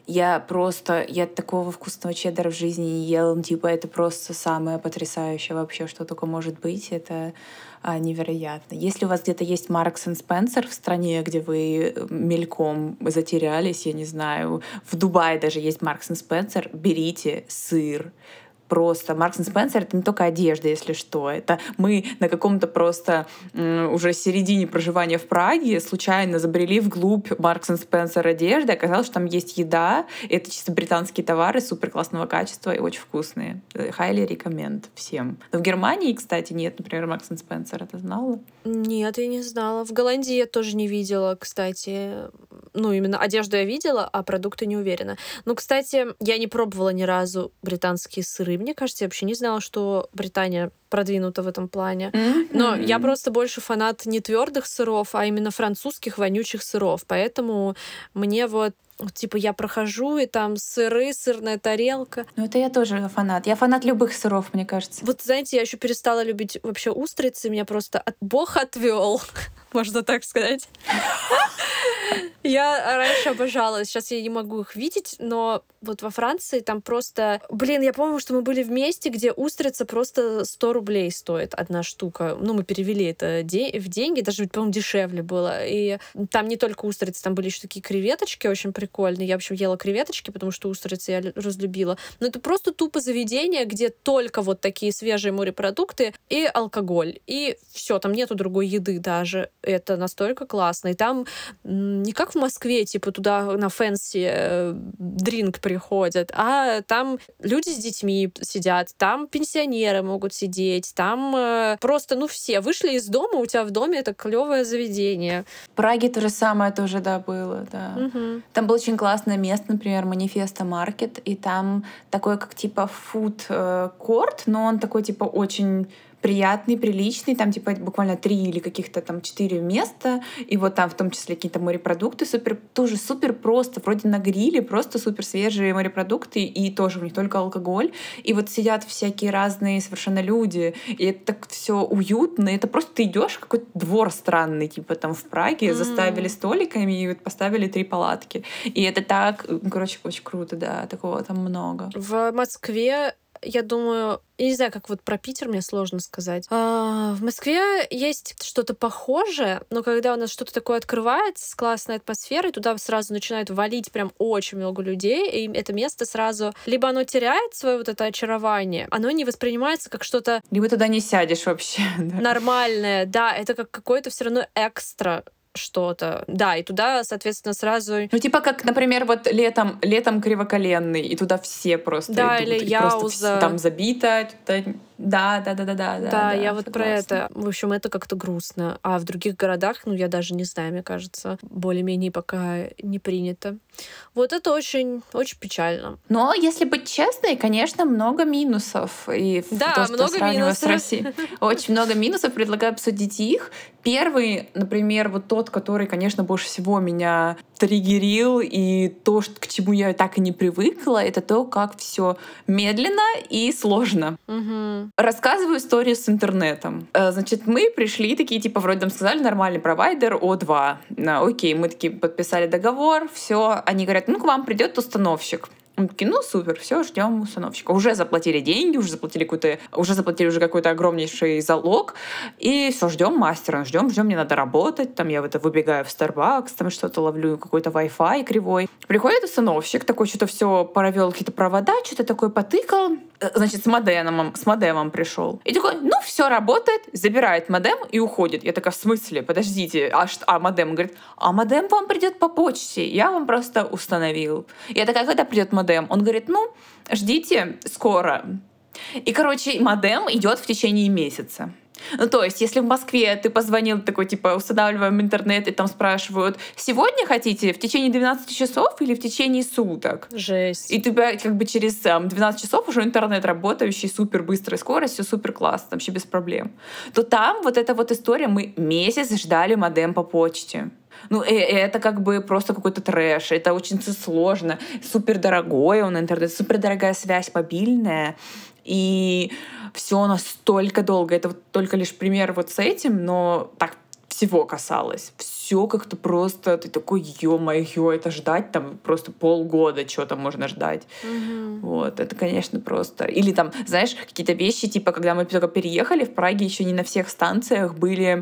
Я такого вкусного чеддера в жизни не ела. Ну, типа, это просто самое потрясающее вообще, что только может быть. Это невероятно. Если у вас где-то есть Маркс и Спенсер в стране, где вы мельком затерялись, я не знаю, в Дубае даже есть Маркс и Спенсер, берите сыр. Просто Маркс и Спенсер — это не только одежда, если что. Это мы на каком-то просто уже середине проживания в Праге случайно забрели вглубь Маркс и Спенсер одежды. Оказалось, что там есть еда. И это чисто британские товары супер классного качества и очень вкусные. Highly recommend всем. Но в Германии, кстати, нет, например, Маркс и Спенсер. Это знала? Нет, я не знала. В Голландии я тоже не видела, кстати. Ну, именно одежду я видела, а продукты не уверена. Ну, кстати, я не пробовала ни разу британские сыры. Мне кажется, я вообще не знала, что Британия продвинута в этом плане. Но я просто больше фанат не твердых сыров, а именно французских вонючих сыров. Поэтому мне вот типа я прохожу, и там сыры, сырная тарелка. Ну, это я тоже фанат. Я фанат любых сыров, мне кажется. Вот, знаете, я еще перестала любить вообще устрицы. Меня просто Бог отвел, можно так сказать. Я раньше обожала, сейчас я не могу их видеть, но вот во Франции там просто... Блин, я помню, что мы были в месте, где устрица просто 100 рублей стоит одна штука. Ну, мы перевели это в деньги, даже, по-моему, дешевле было. И там не только устрицы, там были еще такие креветочки очень прикольные. Я вообще ела креветочки, потому что устрицы я разлюбила. Но это просто тупо заведение, где только вот такие свежие морепродукты и алкоголь. И все, там нету другой еды даже. Это настолько классно. И там не как в Москве, типа туда на фэнси дринк приходят, а там люди с детьми сидят, там пенсионеры могут сидеть, там просто, ну, все вышли из дома, у тебя в доме это клевое заведение. В Праге то же самое тоже, да, было, да. Угу. Там было очень классное место, например, Манифеста Маркет, и там такой, как типа фуд-корт, но он такой, типа, очень приятный, приличный, там типа буквально 3 или каких-то там 4 места, и вот там в том числе какие-то морепродукты тоже супер просто, вроде на гриле, просто супер свежие морепродукты, и тоже у них только алкоголь, и вот сидят всякие разные совершенно люди, и это так все уютно, и это просто ты идешь какой-то двор странный, типа там в Праге заставили столиками и вот поставили 3 палатки, и это так, короче, очень круто, да, такого там много. В Москве, я думаю, я не знаю, как вот про Питер мне сложно сказать. В Москве есть что-то похожее, но когда у нас что-то такое открывается с классной атмосферой, туда сразу начинает валить прям очень много людей, и это место сразу либо оно теряет свое вот это очарование, оно не воспринимается как что-то... Либо туда не сядешь вообще. Да. Нормальное, да, это как какое-то все равно экстра что-то. Да, и туда, соответственно, сразу... Ну, типа как, например, вот летом Кривоколенный, и туда все просто да, идут. или и просто Яуза. там забито. Да. Да, я вот про это. В общем, это как-то грустно. А в других городах, ну, я даже не знаю, мне кажется, более-менее пока не принято. Вот это очень, очень печально. Но, если быть честной, конечно, много минусов. И да, то, что много минусов. С Россией. Очень много минусов. Предлагаю обсудить их. Первый, например, вот тот, который, конечно, больше всего меня триггерил, и то, к чему я так и не привыкла, это то, как все медленно и сложно. Угу. Рассказываю историю с интернетом. Значит, мы пришли такие, типа, вроде нам сказали, нормальный провайдер О2. Окей, мы такие подписали договор, все. Они говорят, ну, к вам придет установщик. Мы такие, ну супер, все, ждем установщика. Уже заплатили деньги, уже заплатили какой-то огромнейший залог, и все, ждем мастера, ждем, мне надо работать. Там я выбегаю в Starbucks, там что-то ловлю, какой-то Wi-Fi кривой. Приходит установщик, такой что-то все провел, какие-то провода, что-то такое потыкал. Значит, с модемом пришел. И такой, ну все работает, забирает модем и уходит. Я такая, в смысле? Подождите, модем? Он говорит, модем вам придет по почте, я вам просто установил. Я такая, когда придет модем? Он говорит, ну, ждите скоро. И, короче, модем идет в течение месяца. Ну, то есть, если в Москве ты позвонил, такой, типа, устанавливаем интернет, и там спрашивают, сегодня хотите в течение 12 часов или в течение суток? Жесть. И тебя как бы через 12 часов уже интернет работающий, супер быстрой скоростью, супер классно, вообще без проблем. То там вот эта вот история, мы месяц ждали модем по почте. Ну, это как бы просто какой-то трэш, это очень сложно, супер дорогой он интернет, супер дорогая связь мобильная, и все настолько долго. Это вот только лишь пример вот с этим, но так всего касалось. Все как-то просто... Ты такой, ё-моё, это ждать там просто полгода, что там можно ждать. Вот, это, конечно, просто... Или там, знаешь, какие-то вещи, типа, когда мы только переехали в Праге, еще не на всех станциях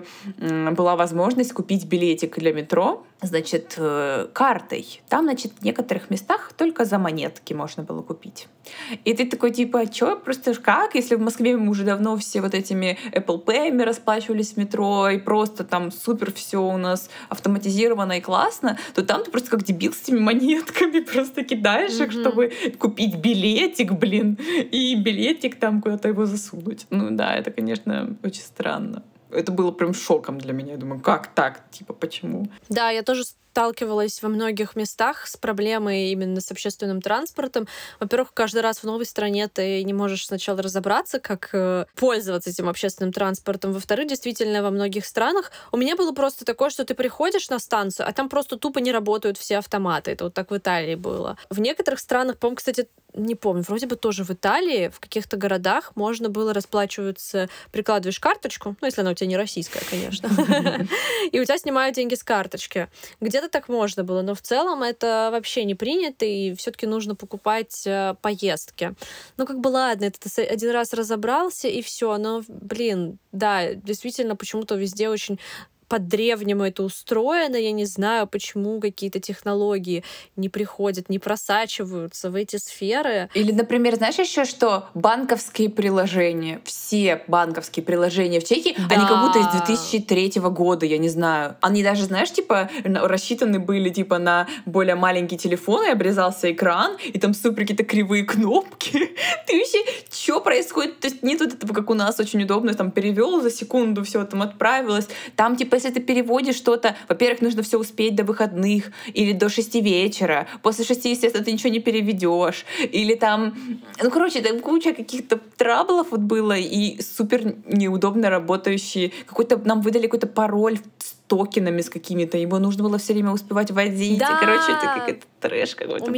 была возможность купить билетик для метро, значит, картой. Там, значит, в некоторых местах только за монетки можно было купить. И ты такой, типа, чё, просто как? Если в Москве мы уже давно все вот этими Apple Pay расплачивались в метро, и просто там супер все у нас автоматизировано и классно, то там ты просто как дебил с этими монетками просто кидаешь их, чтобы купить билетик, блин, и билетик там куда-то его засунуть. Ну да, это, конечно, очень странно. Это было прям шоком для меня. Я думаю, как так? Типа, почему? Да, я тоже сталкивалась во многих местах с проблемой именно с общественным транспортом. Во-первых, каждый раз в новой стране ты не можешь сначала разобраться, как пользоваться этим общественным транспортом. Во-вторых, действительно, во многих странах у меня было просто такое, что ты приходишь на станцию, а там просто тупо не работают все автоматы. Это вот так в Италии было. В некоторых странах, по-моему, кстати, не помню, вроде бы тоже в Италии, в каких-то городах можно было расплачиваться, прикладываешь карточку, ну, если она у тебя не российская, конечно, и у тебя снимают деньги с карточки. Где-то так можно было, но в целом это вообще не принято, и все-таки нужно покупать поездки. Ну, как бы ладно, это ты один раз разобрался, и все, но, блин, да, действительно, почему-то везде очень по-древнему это устроено. Я не знаю, почему какие-то технологии не приходят, не просачиваются в эти сферы. Или, например, знаешь еще что? Банковские приложения. Все банковские приложения в Чехии, Да. они как будто из 2003 года, я не знаю. Они даже, знаешь, типа, рассчитаны были типа на более маленький телефон, и обрезался экран, и там супер какие-то кривые кнопки. Ты вообще, что происходит? То есть нет вот этого, как у нас, очень удобно, там перевел за секунду, все там отправилось. Там, типа, если ты переводишь что-то, во-первых, нужно все успеть до выходных или до 6 вечера. После 6, естественно, ты ничего не переведешь. Или там... Ну, короче, там куча каких-то траблов вот было, и супер неудобно работающие. Нам выдали какой-то пароль с токенами с какими-то. Его нужно было все время успевать вводить. Да. И, короче, это какой-то трэш какой-то.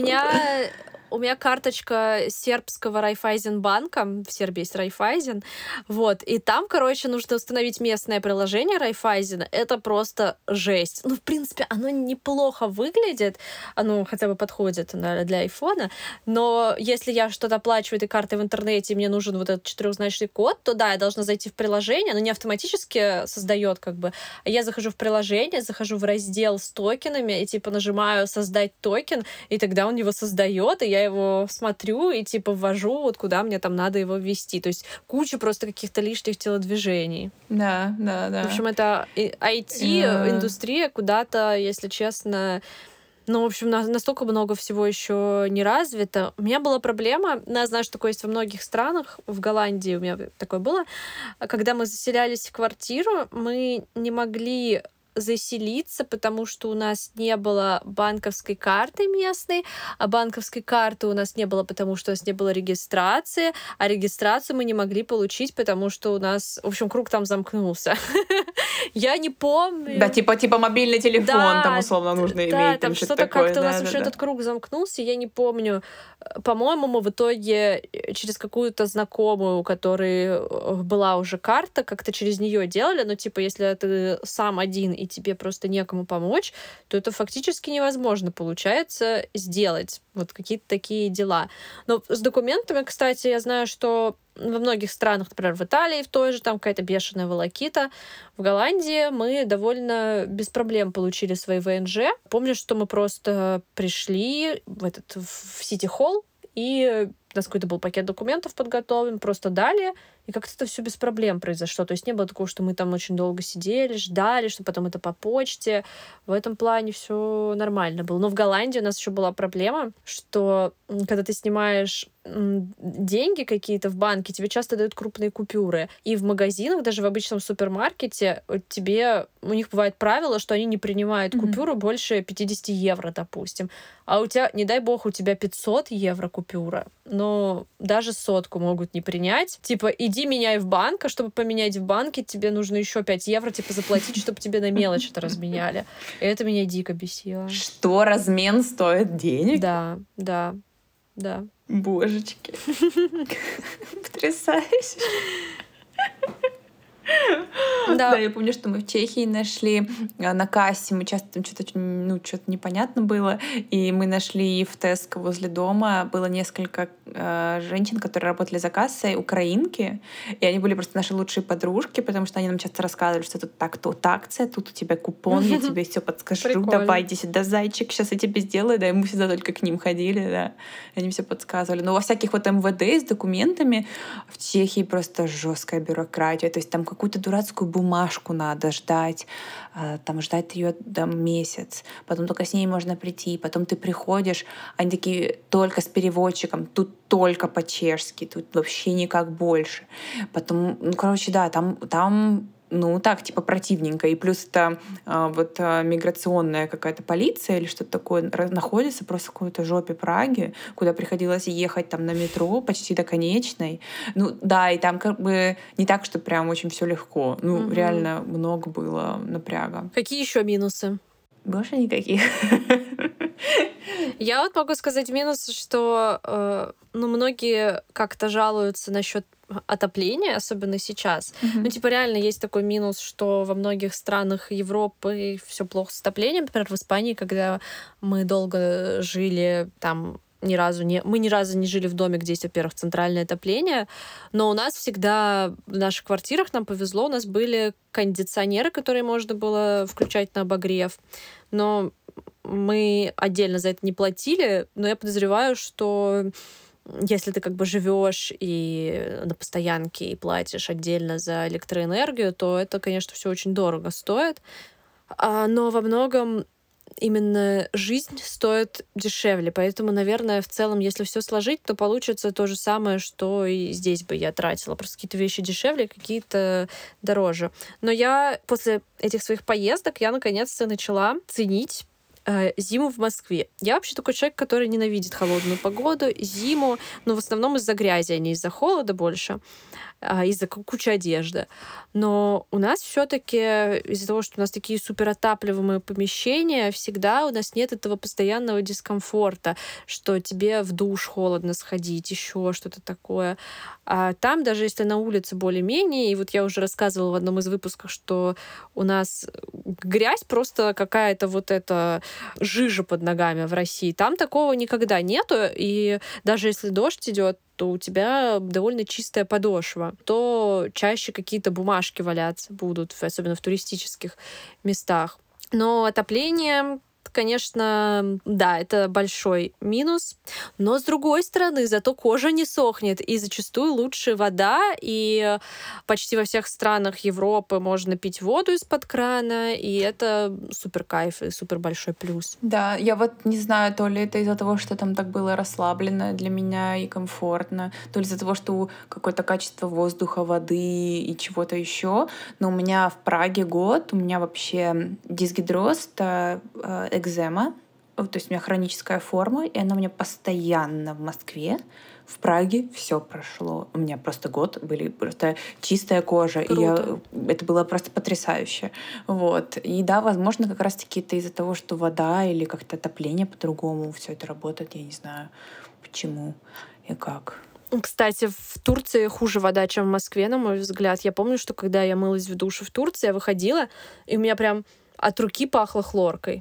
У меня карточка сербского Райфайзенбанка, в Сербии есть Райфайзен, вот, и там, короче, нужно установить местное приложение Райфайзена, это просто жесть. Ну, в принципе, оно неплохо выглядит, оно хотя бы подходит для айфона, но если я что-то оплачиваю этой картой в интернете, и мне нужен вот этот 4-значный код, то да, я должна зайти в приложение, оно не автоматически создает, как бы, а я захожу в приложение, захожу в раздел с токенами, и, типа, нажимаю «Создать токен», и тогда он его создает, и я его смотрю и типа ввожу, вот куда мне там надо его ввести. То есть куча просто каких-то лишних телодвижений. Да. В общем, это IT-индустрия куда-то, если честно, ну, в общем, настолько много всего еще не развито. У меня была проблема, я знаю, что такое есть во многих странах, в Голландии у меня такое было, когда мы заселялись в квартиру, мы не могли заселиться, потому что у нас не было банковской карты местной, а банковской карты у нас не было, потому что у нас не было регистрации, а регистрацию мы не могли получить, потому что у нас, в общем, круг там замкнулся. Я не помню. Да, типа мобильный телефон там условно нужно иметь. Да, там что-то как-то у нас вообще этот круг замкнулся, я не помню. По-моему, мы в итоге через какую-то знакомую, у которой была уже карта, как-то через нее делали, но типа если ты сам один и тебе просто некому помочь, то это фактически невозможно получается сделать. Вот какие-то такие дела. Но с документами, кстати, я знаю, что во многих странах, например, в Италии в той же, там какая-то бешеная волокита. В Голландии мы довольно без проблем получили свои ВНЖ. Помню, что мы просто пришли в Сити-холл, и у нас какой-то был пакет документов подготовлен, просто дали, и как-то это все без проблем произошло. То есть не было такого, что мы там очень долго сидели, ждали, что потом это по почте. В этом плане все нормально было. Но в Голландии у нас еще была проблема, что когда ты снимаешь деньги какие-то в банке, тебе часто дают крупные купюры. И в магазинах, даже в обычном супермаркете, у них бывает правило, что они не принимают купюру больше 50 евро, допустим. А у тебя, не дай бог, у тебя 500 евро купюра, но даже 100 могут не принять. Типа, иди меняй в банк, а чтобы поменять в банке, тебе нужно еще 5 евро типа заплатить, чтобы тебе на мелочь это разменяли. И это меня дико бесило. Что, размен стоит денег? Да. Божечки. Потрясающе. Да, я помню, что мы в Чехии нашли на кассе, мы часто там что-то непонятно было, и мы нашли в Теско возле дома было несколько женщин, которые работали за кассой, украинки, и они были просто наши лучшие подружки, потому что они нам часто рассказывали, что тут акция, тут у тебя купон, я тебе все подскажу, Прикольно. давай, иди сюда, зайчик, сейчас я тебе сделаю, да, и мы всегда только к ним ходили, да, они все подсказывали. Но во всяких вот МВД с документами в Чехии просто жесткая бюрократия, то есть там какую-то дурацкую бумажку надо ждать, там ждать ее месяц, потом только с ней можно прийти, потом ты приходишь, они такие только с переводчиком, тут только по-чешски, тут вообще никак больше. Потом, да, там так, типа противненько. И плюс это миграционная какая-то полиция или что-то такое находится просто в какой-то жопе Праги, куда приходилось ехать там на метро почти до конечной. И там как бы не так, что прям очень все легко. Реально много было напряга. Какие еще минусы? Больше никаких. Я вот могу сказать минусы, что многие как-то жалуются насчет отопления, особенно сейчас. Реально есть такой минус, что во многих странах Европы все плохо с отоплением. Например, в Испании, когда мы долго жили там, мы ни разу не жили в доме, где есть, во-первых, центральное отопление, но у нас всегда в наших квартирах, нам повезло, у нас были кондиционеры, которые можно было включать на обогрев. Но мы отдельно за это не платили, но я подозреваю, что если ты как бы живешь и на постоянке и платишь отдельно за электроэнергию, то это, конечно, все очень дорого стоит. Но во многом именно жизнь стоит дешевле. Поэтому, наверное, в целом, если все сложить, то получится то же самое, что и здесь бы я тратила. Просто какие-то вещи дешевле, какие-то дороже. Но я после этих своих поездок я наконец-то начала ценить зиму в Москве. Я вообще такой человек, который ненавидит холодную погоду, зиму, но в основном из-за грязи, а не из-за холода больше, из-за кучи одежды. Но у нас все-таки из-за того, что у нас такие суперотапливаемые помещения, всегда у нас нет этого постоянного дискомфорта, что тебе в душ холодно сходить, еще что-то такое. А там, даже если на улице более-менее, и вот я уже рассказывала в одном из выпусков, что у нас грязь просто какая-то вот эта жижа под ногами в России. Там такого никогда нету, и даже если дождь идет, то у тебя довольно чистая подошва, то чаще какие-то бумажки валяться будут, особенно в туристических местах. Но отопление, конечно, да, это большой минус. Но, с другой стороны, зато кожа не сохнет, и зачастую лучше вода, и почти во всех странах Европы можно пить воду из-под крана, и это супер кайф и супер большой плюс. Да, я вот не знаю, то ли это из-за того, что там так было расслаблено для меня и комфортно, то ли из-за того, что какое-то качество воздуха, воды и чего-то еще. Но у меня в Праге год, у меня вообще дисгидроз, экзема, то есть у меня хроническая форма, и она у меня постоянно в Москве. В Праге все прошло. У меня просто год были просто чистая кожа. Круто. И это было просто потрясающе. Вот. И да, возможно, как раз-таки это из-за того, что вода или как-то отопление по-другому все это работает. Я не знаю, почему и как. Кстати, в Турции хуже вода, чем в Москве, на мой взгляд. Я помню, что когда я мылась в душе в Турции, я выходила, и у меня прям от руки пахло хлоркой.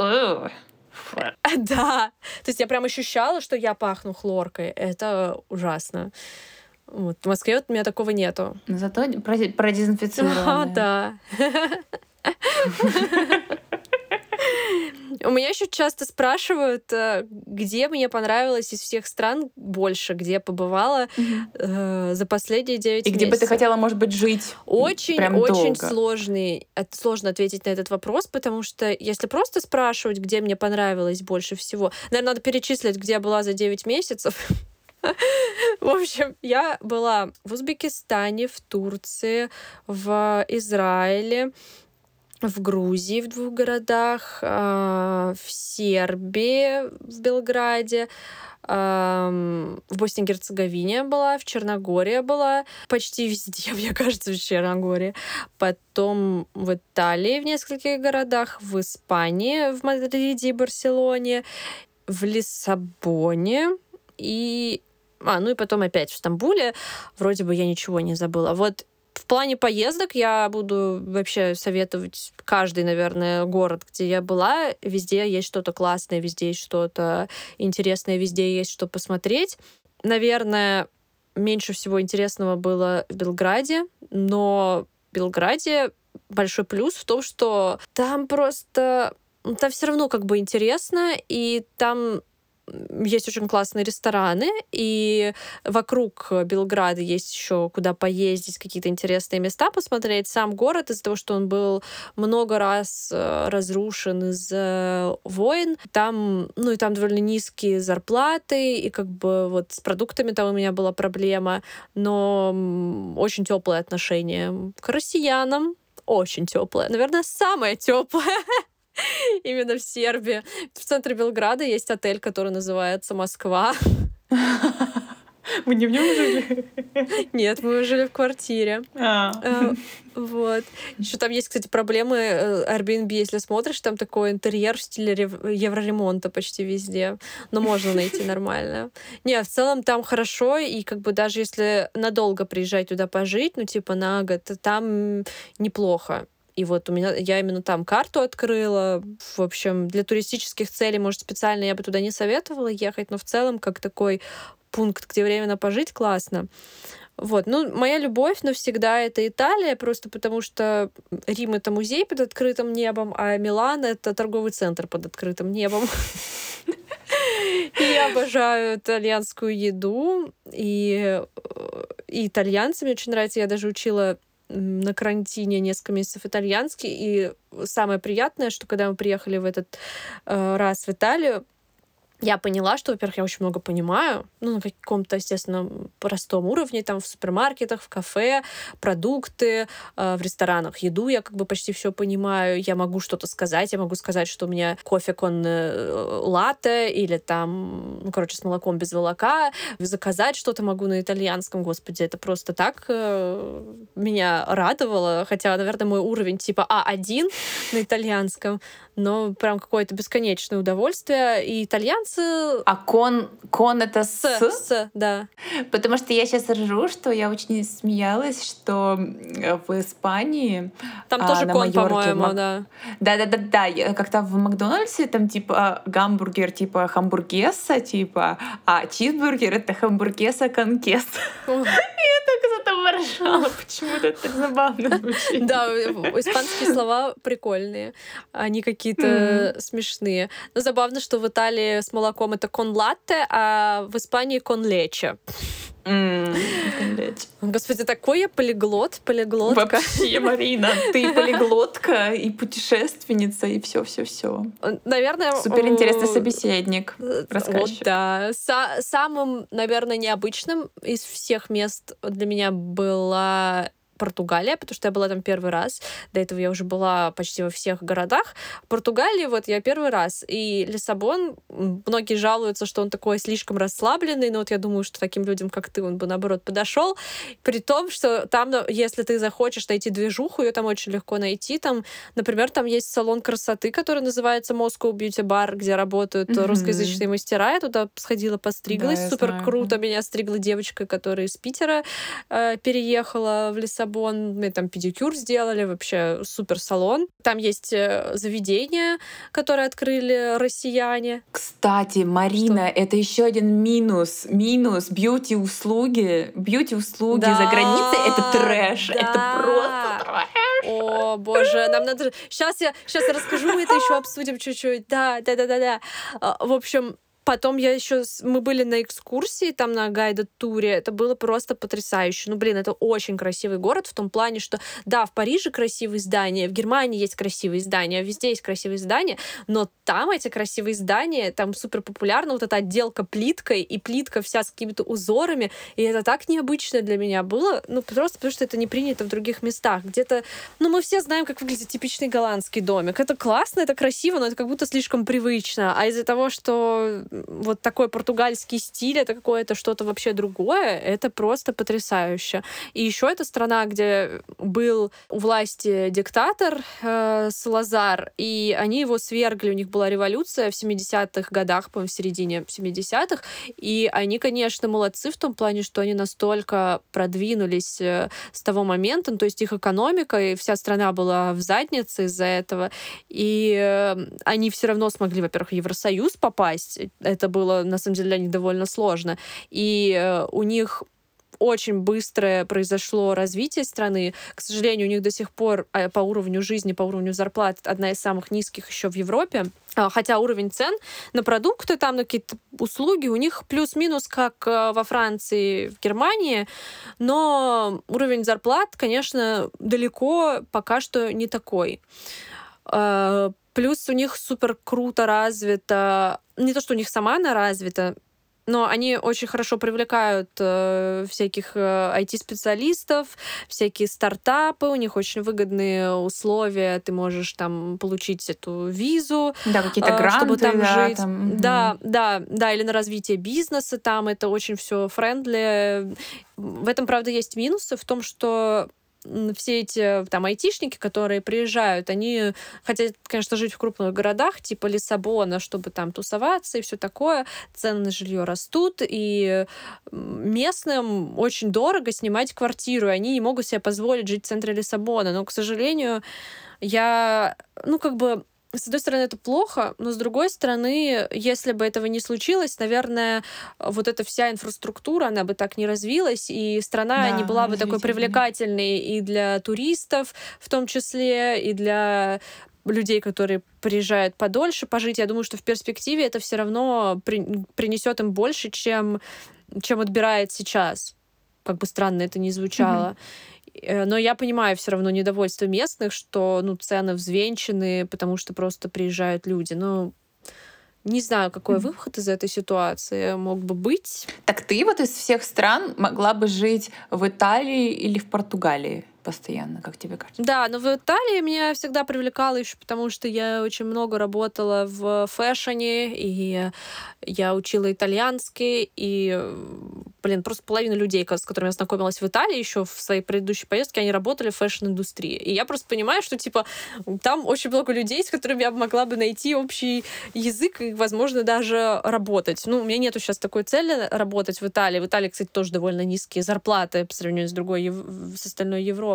Да. То есть я прям ощущала, что я пахну хлоркой. Это ужасно. Вот. В Москве вот у меня такого нету. Но зато продезинфицированная. Да. У меня еще часто спрашивают, где мне понравилось из всех стран больше, где я побывала за последние 9 месяцев. И где бы ты хотела, может быть, жить Очень сложно ответить на этот вопрос, потому что если просто спрашивать, где мне понравилось больше всего, наверное, надо перечислить, где я была за 9 месяцев. В общем, я была в Узбекистане, в Турции, в Израиле, в Грузии в 2 городах, в Сербии, в Белграде, в Боснии и Герцеговине была, в Черногории была, почти везде, мне кажется, в Черногории. Потом в Италии в нескольких городах, в Испании, в Мадриде и Барселоне, в Лиссабоне и... и потом опять в Стамбуле. Вроде бы я ничего не забыла. Вот В плане поездок я буду вообще советовать каждый, наверное, город, где я была. Везде есть что-то классное, везде есть что-то интересное, везде есть что посмотреть. Наверное, меньше всего интересного было в Белграде, но в Белграде большой плюс в том, что там просто... Там все равно как бы интересно, и там есть очень классные рестораны, и вокруг Белграда есть еще куда поездить, какие-то интересные места посмотреть. Сам город из-за того, что он был много раз разрушен из-за войн, там, ну и там довольно низкие зарплаты, и как бы вот с продуктами там у меня была проблема, но очень теплые отношения к россиянам, очень теплое, наверное, самое теплое. Именно в Сербии. В центре Белграда есть отель, который называется «Москва». Мы не в нем жили? Нет, мы жили в квартире. Вот. Еще там есть, кстати, проблемы Airbnb, если смотришь, там такой интерьер в стиле евроремонта почти везде. Но можно найти нормально. Не, в целом там хорошо, и как бы даже если надолго приезжать туда пожить, ну типа на год, там неплохо. И вот я именно там карту открыла. В общем, для туристических целей, может, специально я бы туда не советовала ехать, но в целом как такой пункт, где временно пожить, классно. Вот. Ну, моя любовь навсегда — это Италия, просто потому что Рим — это музей под открытым небом, а Милан — это торговый центр под открытым небом. Я обожаю итальянскую еду, и итальянцы мне очень нравятся. Я даже учила на карантине несколько месяцев итальянский, и самое приятное, что когда мы приехали в этот раз в Италию, я поняла, что, во-первых, я очень много понимаю, ну, на каком-то, естественно, простом уровне, там, в супермаркетах, в кафе, продукты, в ресторанах, еду я как бы почти все понимаю, я могу что-то сказать, я могу сказать, что у меня кофе кон латте или там, ну, короче, с молоком без молока, заказать что-то могу на итальянском, господи, это просто так меня радовало, хотя, наверное, мой уровень типа А1 на итальянском, но прям какое-то бесконечное удовольствие, и итальянцы... А кон это с? Да. Потому что я сейчас ржу, что я очень смеялась, что в Испании... Там тоже на кон, Майорке, по-моему, да. Да. Как-то в Макдональдсе там типа гамбургер типа хамбургеса, типа, а чизбургер — это хамбургеса конкес. Я так за это ржала. Почему-то это так забавно звучит. Да, испанские слова прикольные. Они какие-то смешные. Но забавно, что в Италии с молоком это кон латте, а в Испании кон лече. Господи, такой я полиглотка. Вообще, Марина, ты полиглотка и путешественница, и все. Наверное... Суперинтересный собеседник, рассказчик. Вот, да. Самым, наверное, необычным из всех мест для меня была Португалия, потому что я была там первый раз. До этого я уже была почти во всех городах. В Португалии вот я первый раз. И Лиссабон, многие жалуются, что он такой слишком расслабленный, но вот я думаю, что таким людям, как ты, он бы, наоборот, подошел. При том, что там, если ты захочешь найти движуху, ее там очень легко найти. Там, например, там есть салон красоты, который называется Moscow Beauty Bar, где работают русскоязычные мастера. Я туда сходила, постриглась. Да, супер круто. Меня стригла девочка, которая из Питера переехала в Лиссабон. Мы там педикюр сделали, вообще супер салон. Там есть заведения, которые открыли россияне. Кстати, Марина, что? Это еще один минус. Бьюти-услуги. Бьюти-услуги за границей — это трэш. Да. Это просто трэш. О, боже, нам надо... Сейчас я расскажу, мы это еще обсудим чуть-чуть. Да. В общем, потом мы были на экскурсии, там на гайдед-туре, это было просто потрясающе. Ну, блин, это очень красивый город в том плане, что, да, в Париже красивые здания, в Германии есть красивые здания, везде есть красивые здания, но там эти красивые здания, там супер популярна вот эта отделка плиткой, и плитка вся с какими-то узорами, и это так необычно для меня было, ну, просто потому что это не принято в других местах. Где-то, ну, мы все знаем, как выглядит типичный голландский домик. Это классно, это красиво, но это как будто слишком привычно. А из-за того, что вот такой португальский стиль, это какое-то что-то вообще другое, это просто потрясающе. И еще это страна, где был у власти диктатор Салазар, и они его свергли, у них была революция в 70-х годах, по-моему, в середине 70-х, и они, конечно, молодцы в том плане, что они настолько продвинулись с того момента, ну, то есть их экономика, и вся страна была в заднице из-за этого, и они все равно смогли, во-первых, в Евросоюз попасть. Это было, на самом деле, для них довольно сложно. И у них очень быстрое произошло развитие страны. К сожалению, у них до сих пор по уровню жизни, по уровню зарплат одна из самых низких еще в Европе. Хотя уровень цен на продукты, там, на какие-то услуги у них плюс-минус, как во Франции, в Германии, но уровень зарплат, конечно, далеко пока что не такой. Плюс у них супер круто развито, не то, что у них сама она развита, но они очень хорошо привлекают всяких IT-специалистов, всякие стартапы, у них очень выгодные условия, ты можешь там получить эту визу, да, какие-то гранты, чтобы там да, жить. там, Да, или на развитие бизнеса, там это очень все френдли. В этом, правда, есть минусы в том, что все эти там айтишники, которые приезжают, они хотят, конечно, жить в крупных городах, типа Лиссабона, чтобы там тусоваться и все такое. Цены на жилье растут, и местным очень дорого снимать квартиру, и они не могут себе позволить жить в центре Лиссабона. Но, к сожалению, с одной стороны, это плохо, но с другой стороны, если бы этого не случилось, наверное, вот эта вся инфраструктура, она бы так не развилась, и страна да, не была бы такой привлекательной и для туристов, в том числе, и для людей, которые приезжают подольше пожить. Я думаю, что в перспективе это все равно принесет им больше, чем отбирает сейчас. Как бы странно это ни звучало. Но я понимаю все равно недовольство местных, что цены взвинчены, потому что просто приезжают люди. Не знаю, какой выход из этой ситуации мог бы быть. Так ты вот из всех стран могла бы жить в Италии или в Португалии постоянно, как тебе кажется? Да, но в Италии меня всегда привлекало еще потому, что я очень много работала в фэшне, и я учила итальянский, и, просто половина людей, с которыми я знакомилась в Италии еще в своей предыдущей поездке, они работали в фэшн-индустрии. И я просто понимаю, что, там очень много людей, с которыми я могла бы найти общий язык и, возможно, даже работать. У меня нету сейчас такой цели работать в Италии. В Италии, кстати, тоже довольно низкие зарплаты по сравнению с остальной Европой.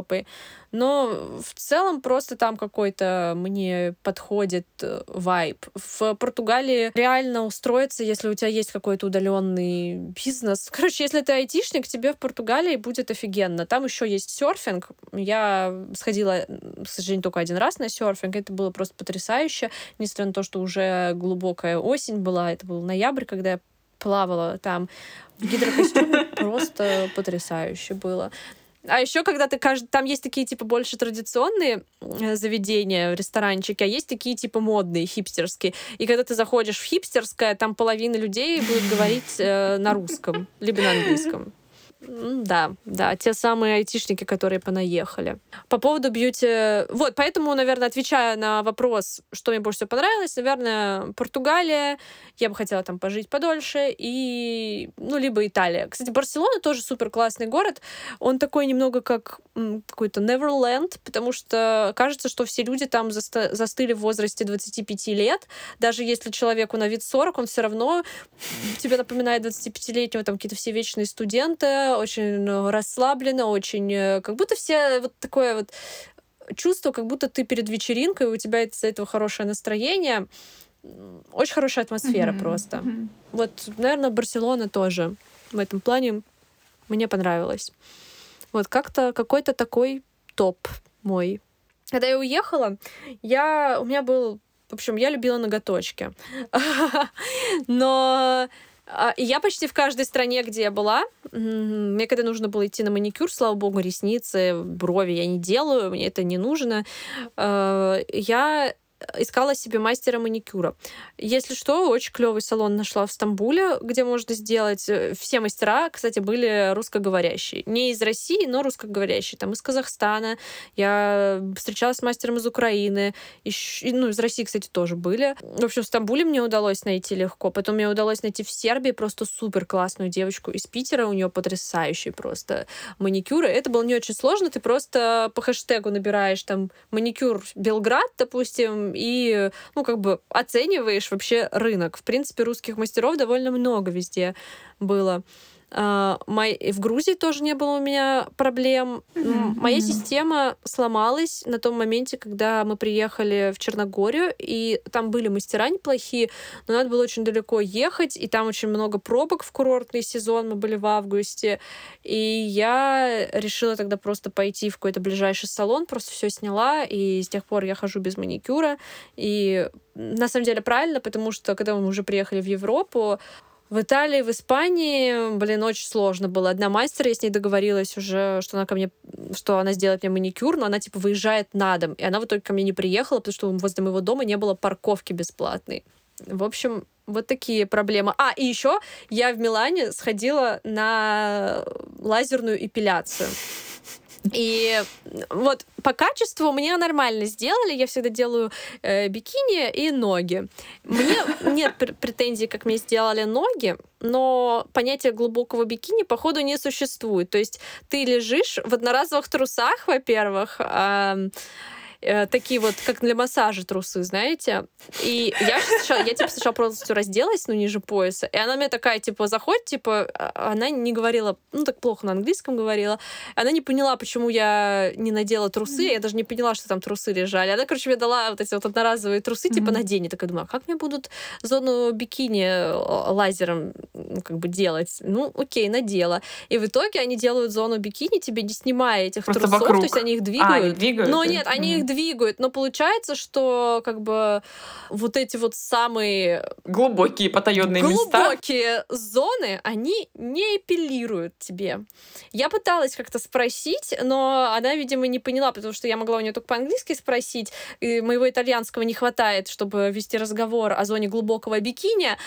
Но в целом просто там какой-то мне подходит вайб. В Португалии реально устроиться, если у тебя есть какой-то удаленный бизнес. Короче, если ты айтишник, тебе в Португалии будет офигенно. Там еще есть серфинг. Я сходила, к сожалению, только один раз на серфинг. Это было просто потрясающе. Несмотря на то, что уже глубокая осень была. Это был ноябрь, когда я плавала там в гидрокостюме. Просто потрясающе было. А еще, когда там есть такие, больше традиционные заведения, ресторанчики, а есть такие, модные, хипстерские. И когда ты заходишь в хипстерское, там половина людей будет говорить на русском, либо на английском. Да, те самые айтишники, которые понаехали. По поводу бьюти... поэтому, наверное, отвечая на вопрос, что мне больше всего понравилось, наверное, Португалия. Я бы хотела там пожить подольше. И, либо Италия. Кстати, Барселона тоже супер классный город. Он такой немного как какой-то Neverland, потому что кажется, что все люди там застыли в возрасте 25 лет. Даже если человеку на вид 40, он все равно тебе напоминает 25-летнего, там какие-то все вечные студенты, очень расслабленно, очень... Как будто все такое чувство, как будто ты перед вечеринкой, у тебя из-за этого хорошее настроение. Очень хорошая атмосфера просто. Наверное, Барселона тоже в этом плане мне понравилась. Как-то какой-то такой топ мой. Когда я уехала, у меня был... В общем, я любила ноготочки. Но... Я почти в каждой стране, где я была, мне когда нужно было идти на маникюр, слава богу, ресницы, брови я не делаю, мне это не нужно, я искала себе мастера маникюра. Если что, очень клевый салон нашла в Стамбуле, где можно сделать. Все мастера, кстати, были русскоговорящие. Не из России, но русскоговорящие. Там из Казахстана. Я встречалась с мастером из Украины. Из России, кстати, тоже были. В общем, в Стамбуле мне удалось найти легко. Потом мне удалось найти в Сербии просто супер классную девочку из Питера. У нее потрясающий просто маникюр. И это было не очень сложно. Ты просто по хэштегу набираешь там маникюр Белград, допустим, и, оцениваешь вообще рынок. В принципе, русских мастеров довольно много везде было. В Грузии тоже не было у меня проблем. Моя система сломалась на том моменте, когда мы приехали в Черногорию, и там были мастера неплохие, но надо было очень далеко ехать, и там очень много пробок в курортный сезон, мы были в августе, и я решила тогда просто пойти в какой-то ближайший салон, просто все сняла, и с тех пор я хожу без маникюра, и на самом деле правильно, потому что когда мы уже приехали в Европу, в Италии, в Испании, очень сложно было. Одна мастер, я с ней договорилась уже, что она сделает мне маникюр, но она, выезжает на дом. И она в итоге ко мне не приехала, потому что возле моего дома не было парковки бесплатной. В общем, вот такие проблемы. И еще я в Милане сходила на лазерную эпиляцию. И вот по качеству мне нормально сделали. Я всегда делаю бикини и ноги. Мне нет претензий, как мне сделали ноги, но понятие глубокого бикини, походу, не существует. То есть ты лежишь в одноразовых трусах, во-первых, такие вот, как для массажа трусы, знаете. И я сначала полностью разделась, ниже пояса, и она мне такая, заходит, она не говорила, так плохо на английском говорила, она не поняла, почему я не надела трусы, я даже не поняла, что там трусы лежали. Она, мне дала вот эти вот одноразовые трусы, надень. Я такая думаю, как мне будут зону бикини лазером делать? Окей, надела. И в итоге они делают зону бикини, тебе не снимая этих просто трусов, вокруг. То есть они их двигают. Они двигают? Но нет, они их двигают, но получается, что вот эти вот самые глубокие потаенные места, глубокие зоны, они не эпилируют тебе. Я пыталась как-то спросить, но она, видимо, не поняла, потому что я могла у нее только по-английски спросить, и моего итальянского не хватает, чтобы вести разговор о зоне глубокого бикини.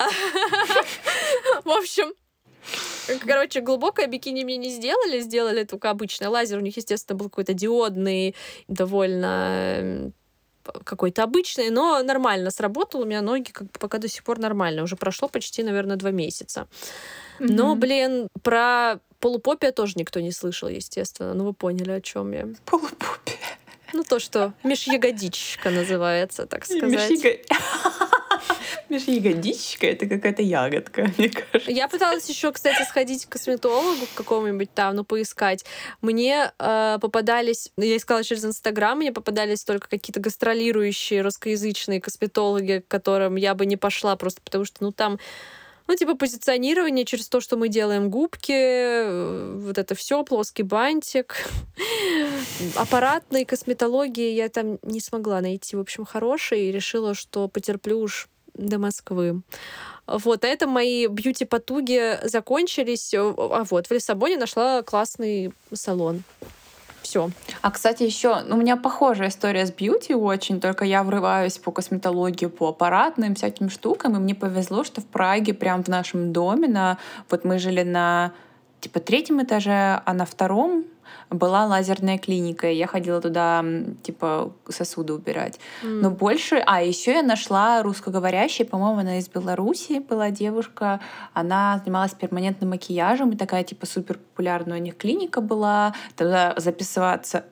В общем, глубокое бикини мне не сделали только обычный лазер. У них, естественно, был какой-то диодный, довольно какой-то обычный, но нормально сработал. У меня ноги пока до сих пор нормально. Уже прошло почти, наверное, 2 месяца. Но, про полупопия тоже никто не слышал, естественно. Вы поняли, о чем я. Полупопия. То, что межягодичка называется, так сказать. Межягодичка — это какая-то ягодка, мне кажется. Я пыталась еще, кстати, сходить к косметологу какому-нибудь там, поискать. Мне попадались, я искала через Инстаграм, мне попадались только какие-то гастролирующие русскоязычные косметологи, к которым я бы не пошла, просто потому что, там позиционирование через то, что мы делаем губки, вот это все, плоский бантик. Аппаратной косметологии я там не смогла найти, в общем, хорошей, и решила, что потерплю уж до Москвы. Вот, на этом мои бьюти-потуги закончились. В Лиссабоне нашла классный салон. Все. Кстати, еще у меня похожая история с бьюти очень, только я врываюсь по косметологии, по аппаратным всяким штукам, и мне повезло, что в Праге, прям в нашем доме, мы жили на 3-м этаже, а на 2-м была лазерная клиника, и я ходила туда, сосуды убирать. Но больше... еще я нашла русскоговорящей, по-моему, она из Беларуси была девушка, она занималась перманентным макияжем, и такая, супер популярная у них клиника была. Туда записаться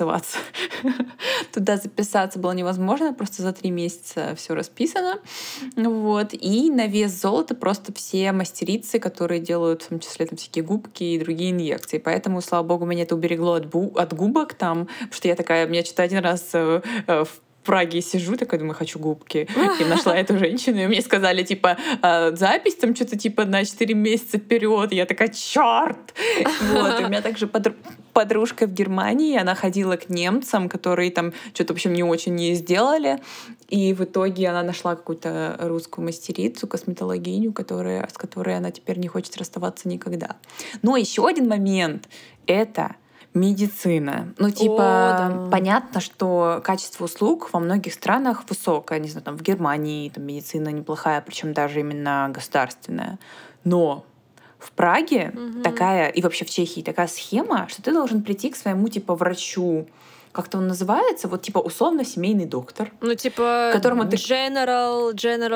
было невозможно, просто за 3 месяца все расписано. И на вес золота просто все мастерицы, которые делают в том числе всякие губки и другие инъекции. Поэтому, слава богу, меня это уберегло от губок там, потому что я такая, меня что-то один раз в Праге сижу, такая думаю, хочу губки. И нашла эту женщину, и мне сказали, запись там что-то на 4 месяца вперед. Я такая, чёрт! Вот. И у меня также подружка в Германии, она ходила к немцам, которые там что-то, в общем, не очень ей сделали. И в итоге она нашла какую-то русскую мастерицу, косметологиню, с которой она теперь не хочет расставаться никогда. Но еще один момент — это Медицина. Ну, типа, да. понятно, что качество услуг во многих странах высокое. Не знаю, там в Германии там медицина неплохая, причем даже именно государственная. Но в Праге такая, и вообще в Чехии такая схема, что ты должен прийти к своему, типа, врачу, как-то он называется, вот типа условно семейный доктор. Ну, типа, которому ты... general.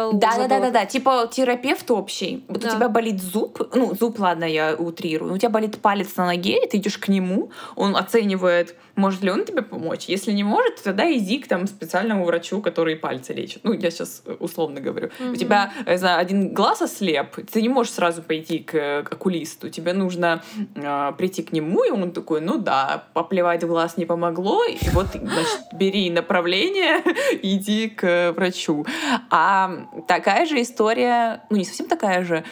Да, типа терапевт общий. Вот у тебя болит зуб, ну, зуб, ладно, я утрирую, у тебя болит палец на ноге, и ты идешь к нему, он оценивает, может ли он тебе помочь. Если не может, тогда иди к там специальному врачу, который пальцы лечит. Ну, я сейчас условно говорю. У тебя, я знаю, один глаз ослеп, ты не можешь сразу пойти к окулисту, тебе нужно прийти к нему, и он такой, ну да, поплевать в глаз не помогло, и вот, значит, бери направление, иди к врачу. А такая же история, ну не совсем такая же,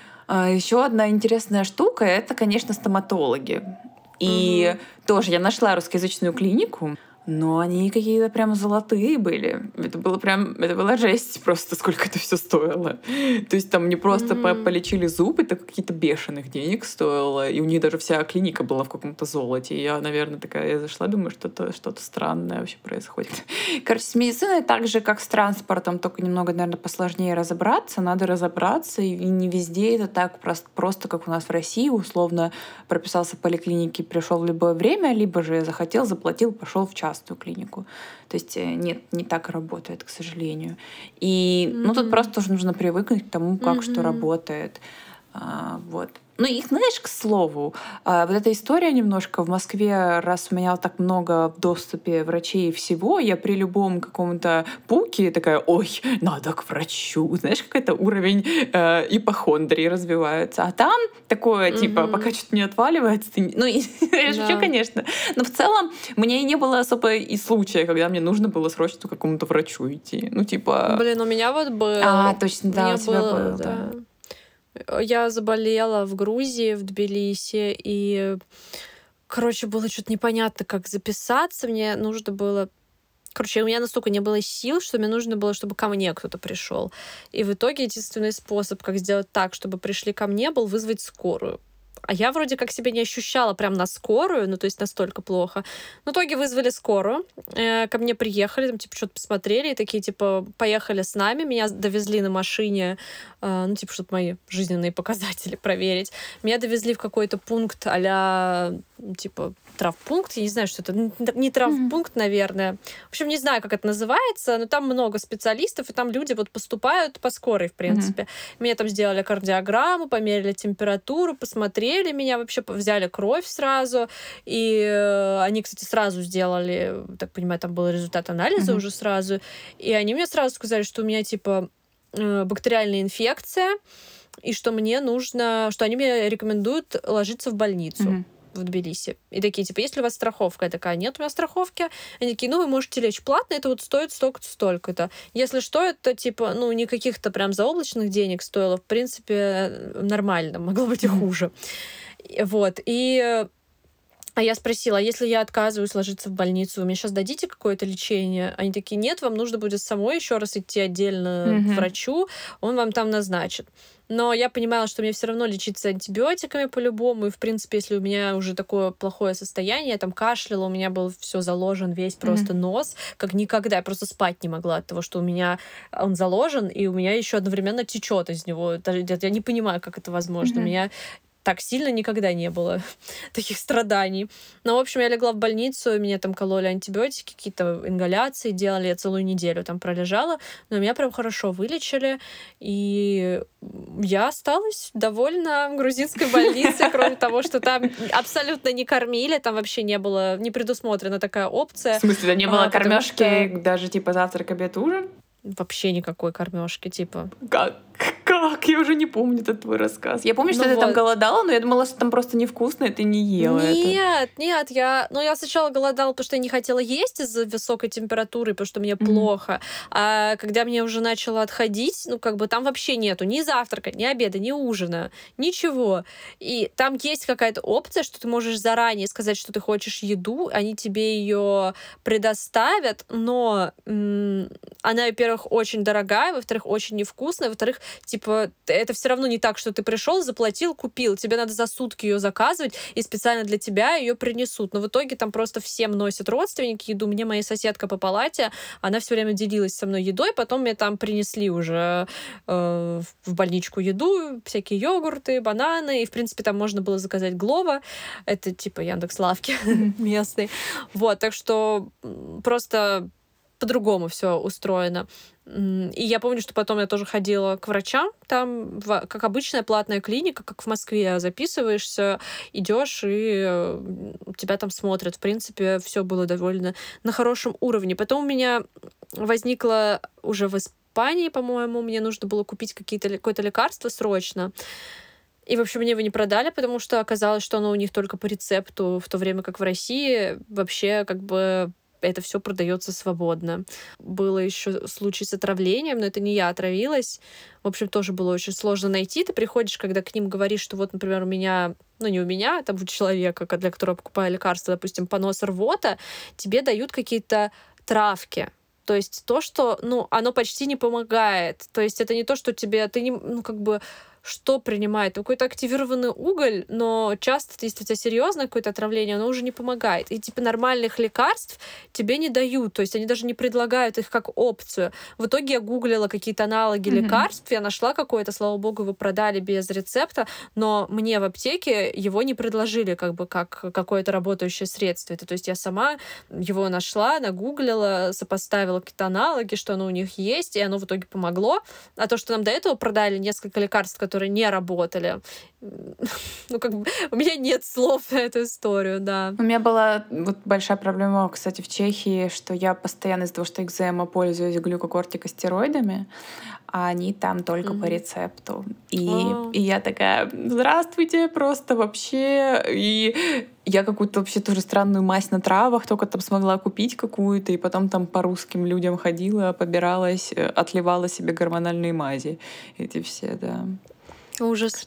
еще одна интересная штука — это, конечно, стоматологи. И тоже я нашла русскоязычную клинику, но они какие-то прям золотые были. Это была жесть просто, сколько это все стоило. То есть там не просто полечили зуб, это какие-то бешеных денег стоило. И у них даже вся клиника была в каком-то золоте. И я, наверное, такая, я зашла, думаю, что-то странное вообще происходит. Короче, с медициной так же, как с транспортом, только немного, наверное, посложнее разобраться. Надо разобраться, и не везде это так просто, как у нас в России. Условно прописался в поликлинике, пришел в любое время, либо же захотел, заплатил, пошел в частную клинику. То есть нет, не так работает, к сожалению. И ну, тут просто уже нужно привыкнуть к тому, как что работает. Вот. Ну и знаешь, к слову, вот эта история немножко в Москве, раз у меня так много в доступе врачей и всего, я при любом каком-то пуке такая, ой, надо к врачу. Знаешь, какой-то уровень ипохондрии развивается. А там такое, типа, пока что-то не отваливается. Ну, я шучу, конечно. Но в целом мне не было особо и случая, когда мне нужно было срочно к какому-то врачу идти. Ну, типа... Блин, у меня вот был. Точно, да, у тебя было, да. Я заболела в Грузии, в Тбилиси, и, короче, было что-то непонятно, как записаться. Мне нужно было... Короче, у меня настолько не было сил, что мне нужно было, чтобы ко мне кто-то пришел. И в итоге единственный способ, как сделать так, чтобы пришли ко мне, был вызвать скорую. А я вроде как себя не ощущала прям на скорую, ну, то есть настолько плохо. В итоге вызвали скорую, ко мне приехали, там, типа, что-то посмотрели, и такие, типа, поехали с нами, меня довезли на машине, ну, типа, чтобы мои жизненные показатели проверить. Меня довезли в какой-то пункт а-ля, типа, травмпункт, я не знаю, что это, не травмпункт, наверное. В общем, не знаю, как это называется, но там много специалистов, и там люди вот поступают по скорой, в принципе. Мне там сделали кардиограмму, померили температуру, посмотрели меня, вообще взяли кровь сразу, и они, кстати, сразу сделали, так понимаю, там был результат анализа уже сразу, и они мне сразу сказали, что у меня, типа, бактериальная инфекция, и что мне нужно, что они мне рекомендуют ложиться в больницу в Тбилиси. И такие, типа, есть ли у вас страховка? Я такая, нет у меня страховки. Они такие, ну, вы можете лечь платно, это вот стоит столько-то, столько-то. Если что, это, типа, ну, не каких-то прям заоблачных денег стоило, в принципе, нормально, могло быть и хуже. Вот, и... А я спросила, а если я отказываюсь ложиться в больницу, вы мне сейчас дадите какое-то лечение? Они такие, нет, вам нужно будет самой еще раз идти отдельно к врачу, он вам там назначит. Но я понимала, что мне все равно лечиться антибиотиками по-любому. И, в принципе, если у меня уже такое плохое состояние, я там кашляла, у меня был все заложен, весь просто нос, как никогда. Я просто спать не могла от того, что у меня он заложен, и у меня еще одновременно течет из него. Я не понимаю, как это возможно. У меня так сильно никогда не было таких страданий. Но, в общем, я легла в больницу, меня там кололи антибиотики, какие-то ингаляции делали, я целую неделю там пролежала, но меня прям хорошо вылечили, и я осталась довольна в грузинской больнице, кроме того, что там абсолютно не кормили, там вообще не было, не предусмотрена такая опция. В смысле, не было кормежки даже типа завтрак, обед, ужин? Вообще никакой кормежки, типа. Как? Я уже не помню этот твой рассказ. Я помню, что ты там голодала, но я думала, что там просто невкусно, и ты не ела это. Нет, я сначала голодала, потому что я не хотела есть из-за высокой температуры, потому что мне плохо. А когда мне уже начало отходить, ну, как бы там вообще нету ни завтрака, ни обеда, ни ужина, ничего. И там есть какая-то опция, что ты можешь заранее сказать, что ты хочешь еду, они тебе ее предоставят, но она, во-первых, очень дорогая, во-вторых, очень невкусная, во-вторых, типа, это все равно не так, что ты пришел, заплатил, купил. Тебе надо за сутки ее заказывать, и специально для тебя ее принесут. Но в итоге там просто всем носят родственники еду. Мне моя соседка по палате, она все время делилась со мной едой, потом мне там принесли уже в больничку еду, всякие йогурты, бананы, и, в принципе, там можно было заказать Глова. Это типа Яндекс.Лавки местный. Вот, так что просто по-другому все устроено. И я помню, что потом я тоже ходила к врачам. Там, как обычная платная клиника, как в Москве, записываешься, идешь, и тебя там смотрят. В принципе, все было довольно на хорошем уровне. Потом у меня возникло уже в Испании, по-моему, мне нужно было купить какое-то лекарство срочно. И, в общем, мне его не продали, потому что оказалось, что оно у них только по рецепту, в то время как в России вообще как бы это все продается свободно. Было еще случай с отравлением, но это не я отравилась. В общем, тоже было очень сложно найти. Ты приходишь, когда к ним говоришь, что вот, например, у меня, ну не у меня, а там у человека, для которого покупаю лекарства, допустим, понос, рвота, тебе дают какие-то травки. То есть то, что, ну, оно почти не помогает. То есть это не то, что тебе, ты не, ну, как бы, что принимает? Какой-то активированный уголь, но часто, если у тебя серьезное какое-то отравление, оно уже не помогает. И типа нормальных лекарств тебе не дают, то есть они даже не предлагают их как опцию. В итоге я гуглила какие-то аналоги лекарств, я нашла какое-то, слава богу, его продали без рецепта, но мне в аптеке его не предложили как бы как какое-то работающее средство. То есть я сама его нашла, нагуглила, сопоставила какие-то аналоги, что оно у них есть, и оно в итоге помогло. А то, что нам до этого продали несколько лекарств, которые не работали. Ну, как бы, у меня нет слов на эту историю, да. У меня была вот большая проблема, кстати, в Чехии, что я постоянно из-за того, что экзема, пользуюсь глюкокортикостероидами, а они там только по рецепту. И я такая: здравствуйте, просто вообще. И я какую-то вообще тоже странную мазь на травах только там смогла купить какую-то, и потом там по русским людям ходила, побиралась, отливала себе гормональные мази. Эти все, да. Ужас.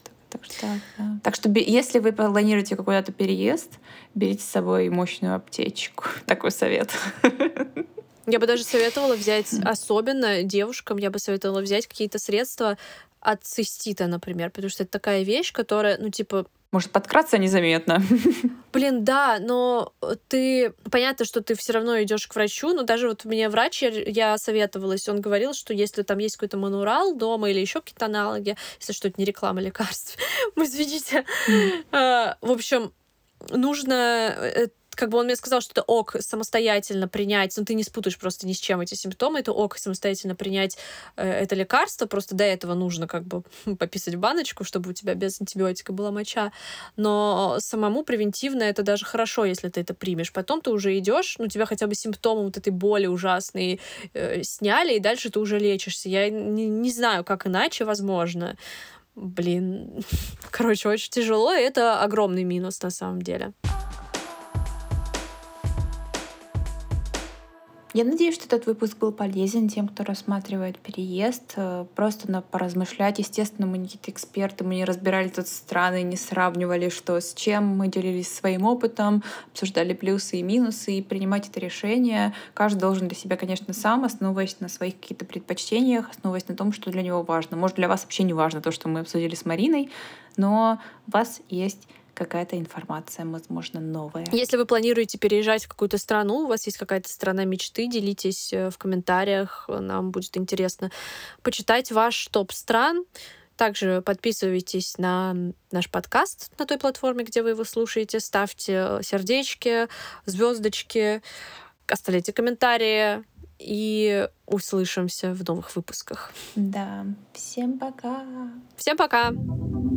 Так что если вы планируете какой-то переезд, берите с собой мощную аптечку. Такой совет. Я бы даже советовала взять, особенно девушкам, я бы советовала взять какие-то средства от цистита, например, потому что это такая вещь, которая, ну, типа... Может подкраться незаметно. Блин, да, но понятно, что ты все равно идешь к врачу, но даже вот мне врач, я советовалась, он говорил, что если там есть какой-то манурал дома или еще какие-то аналоги, если что, это не реклама лекарств, вы извините. В общем, нужно... Как бы он мне сказал, что это ок самостоятельно принять, но ты не спутаешь просто ни с чем эти симптомы, это ок самостоятельно принять это лекарство, просто до этого нужно как бы пописать в баночку, чтобы у тебя без антибиотика была моча, но самому превентивно это даже хорошо, если ты это примешь. Потом ты уже идешь, ну, тебя хотя бы симптомы вот этой боли ужасной сняли, и дальше ты уже лечишься. Я не знаю, как иначе возможно. Блин, короче, очень тяжело, и это огромный минус на самом деле. Я надеюсь, что этот выпуск был полезен тем, кто рассматривает переезд. Просто поразмышлять. Естественно, мы не какие-то эксперты, мы не разбирали тут страны, не сравнивали, что с чем. Мы делились своим опытом, обсуждали плюсы и минусы, и принимать это решение. Каждый должен для себя, конечно, сам, основываясь на своих каких-то предпочтениях, основываясь на том, что для него важно. Может, для вас вообще не важно то, что мы обсудили с Мариной, но у вас есть какая-то информация, возможно, новая. Если вы планируете переезжать в какую-то страну, у вас есть какая-то страна мечты, делитесь в комментариях. Нам будет интересно почитать ваш топ стран. Также подписывайтесь на наш подкаст на той платформе, где вы его слушаете. Ставьте сердечки, звездочки, оставляйте комментарии. И услышимся в новых выпусках. Да. Всем пока. Всем пока.